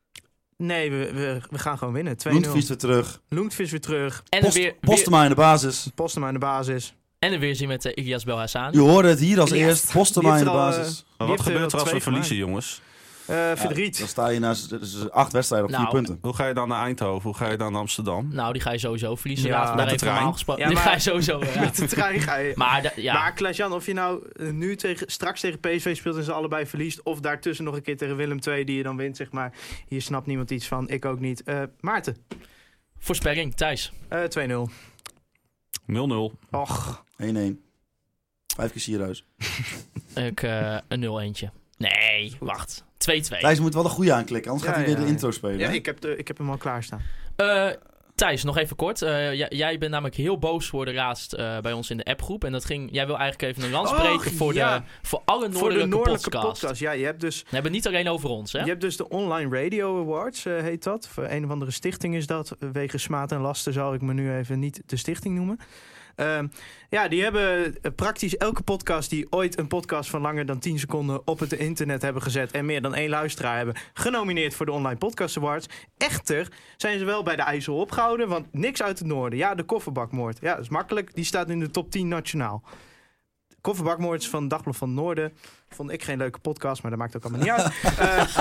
nee, we, we, we gaan gewoon winnen. twee nul. Loentvies weer terug. Loentvis weer terug. En Post, er weer, weer, Postema in de basis. Postema aan de basis. en er weer zien met uh, Ilias Belhassani. Je hoorde het hier als Yes. eerst. Postema Die in de heeft al, basis. Maar Die wat heeft er gebeurt er wel als we twee verliezen, jongens? Uh, verdriet. Ja, dan sta je na z- z- acht wedstrijden op Nou, vier punten. Hoe ga je dan naar Eindhoven? Hoe ga je dan naar Amsterdam? Nou, die ga je sowieso verliezen. Ja, Laten we met daar de even normaal trein. gesproken. Ja, die maar- ga je sowieso. Ja. Met de trein ga je. Maar da- ja. Maar Klaas-Jan, of je nou uh, nu tegen, straks tegen P S V speelt en ze allebei verliest, of daartussen nog een keer tegen Willem twee die je dan wint, zeg maar. Hier snapt niemand iets van, ik ook niet. Uh, Maarten, Voorspelling, Thijs. uh, twee nul. nul nul. Och, één-één. Vijf keer Sierhuis. Ik, uh, een nul eentje. Nee, wacht. twee twee. Thijs moet wel de goede aanklikken, anders Ja, gaat hij weer ja, de ja. intro spelen. ja, hè? ik heb, de, ik heb hem al klaarstaan. Uh, Thijs, nog even kort. Uh, j- jij bent namelijk heel boos geworden laatst uh, bij ons in de appgroep. En dat ging, jij wil eigenlijk even een lans breken Och, voor, ja. de, voor alle noordelijke, Voor de noordelijke podcast. podcast. Ja, je hebt dus, We hebben het niet alleen over ons, hè? je hebt dus de Online Radio Awards, uh, heet dat. Voor een of andere stichting is dat. Wegens smaad en lasten zal ik me nu even niet de stichting noemen. Uh, ja, die hebben uh, praktisch elke podcast die ooit een podcast van langer dan tien seconden op het internet hebben gezet en meer dan één luisteraar hebben, genomineerd voor de Online Podcast Awards. Echter zijn ze wel bij de IJssel opgehouden, want niks uit het noorden. Ja, de kofferbakmoord. Ja, dat is makkelijk. Die staat in de top tien nationaal. De kofferbakmoord van Dagblad van het Noorden. Vond ik geen leuke podcast, maar dat maakt ook allemaal niet uit. Uh,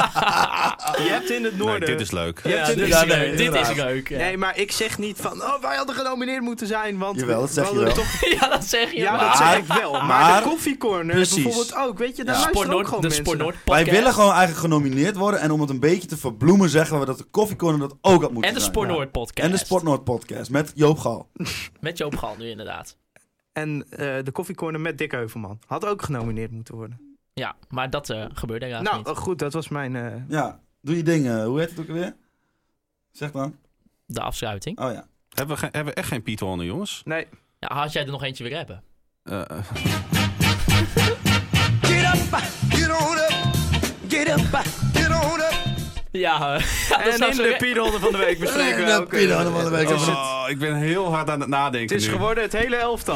je hebt in het noorden... Nee, dit is leuk. Je hebt Ja, in dit, het- is ja, leuk. nee, dit is inderdaad. leuk. Ja. Nee, maar ik zeg niet van, oh, wij hadden genomineerd moeten zijn, want... Jawel, dat we zeg je hadden wel. Toch... ja, dat zeg je. Ja, maar. dat zeg ik wel. Maar, maar- de koffiecorner Precies. bijvoorbeeld ook, weet je, daar Ja. luisteren ook Sport gewoon de mensen Sport naar. Noord Wij podcast. willen gewoon eigenlijk genomineerd worden. En om het een beetje te verbloemen zeggen we dat de Koffiecorner dat ook had moeten En de zijn. Sport Ja. Noord podcast. En de Sport Noord podcast met Joop Gal. Met Joop Gal nu inderdaad. En uh, de koffiecorner met Dick Heuvelman. Had ook genomineerd moeten worden. Ja, maar dat uh, gebeurde helaas Nou, niet. uh, goed, dat was mijn... Uh... Ja, doe je ding. uh, hoe heet het ook alweer? Zeg dan. De afsluiting. Oh ja. Hebben we, ge- hebben we echt geen Piet Horner, jongens? Nee. Ja, had jij er nog eentje weer hebben? Uh, Get up, get on up, get up, get on up. Ja, uh, ja dat En zou in zo... de Piedholder van de week bespreken we De ook... Piedholder van de week. oh, Oh, ik ben heel hard aan het nadenken Het is nu. geworden het hele elftal.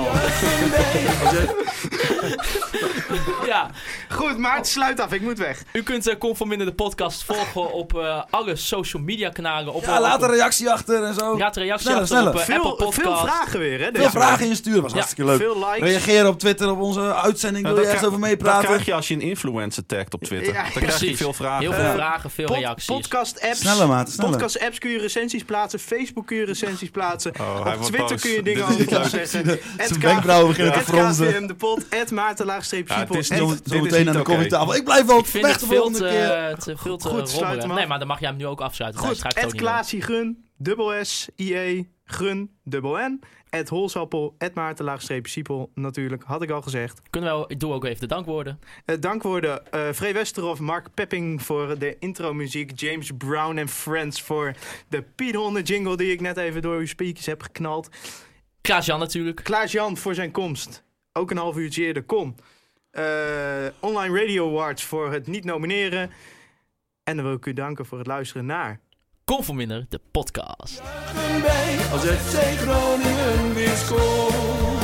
Ja, Goed, maar het sluit af. Ik moet weg. u kunt uh, Conforminder de podcast volgen op uh, alle social media kanalen. Op, Ja, uh, laat op- een reactie achter en zo. Laat een reactie Sneller, achter op uh, sneller. Apple Veel, veel Podcast. vragen weer, hè? Veel Deze vragen insturen, was Ja, hartstikke leuk. Veel likes. Reageren op Twitter op onze uitzending. Nou, Wil je dat ergens krijg- over Dat meepraten? krijg je als je een influencer tagt op Twitter. Ja, Dan krijg je precies. veel vragen. Heel veel Eh, vragen, veel Pod- reacties. Podcast-apps. Sneller, maat, sneller. Podcast-apps kun je recensies plaatsen. Facebook kun je recensies plaatsen. Oh, hij Op wordt Twitter boos. kun je dingen Dit is over niet leuk. ons zeggen. Zijn wenkbrauwen beginnen te fronsen. de pot. Ed Maarten laagstreep Ja, het Siepel. is Ed- Zo, Dit zo is meteen niet aan de oké. koffietafel. Ik blijf wel Ik vind weg het de veel volgende te, keer. te, veel te Goed, rommelen. sluit hem af. Nee, maar dan mag jij hem nu ook afsluiten. Goed, Thijs, ga ik het ook Ed niet doen. Klaasie Gun, dubbel S, I E, Gun, dubbel N. Ed Holsappel, Ed Maarten laagstreep Siepel. Natuurlijk, had ik al gezegd. Kunnen we wel, ik doe ook even de dankwoorden. Uh, dankwoorden uh, Free Westerhof, Mark Pepping voor de intro-muziek. James Brown en Friends voor de Piet Honden jingle die ik net even door uw speakers heb geknald. Klaas-Jan natuurlijk. Klaas-Jan voor zijn komst. Ook een half uurtje eerder, kom. Uh, Online Radio Awards voor het niet nomineren. En dan wil ik u danken voor het luisteren naar... Conforminder de podcast. Als F C Groningen weer scoort.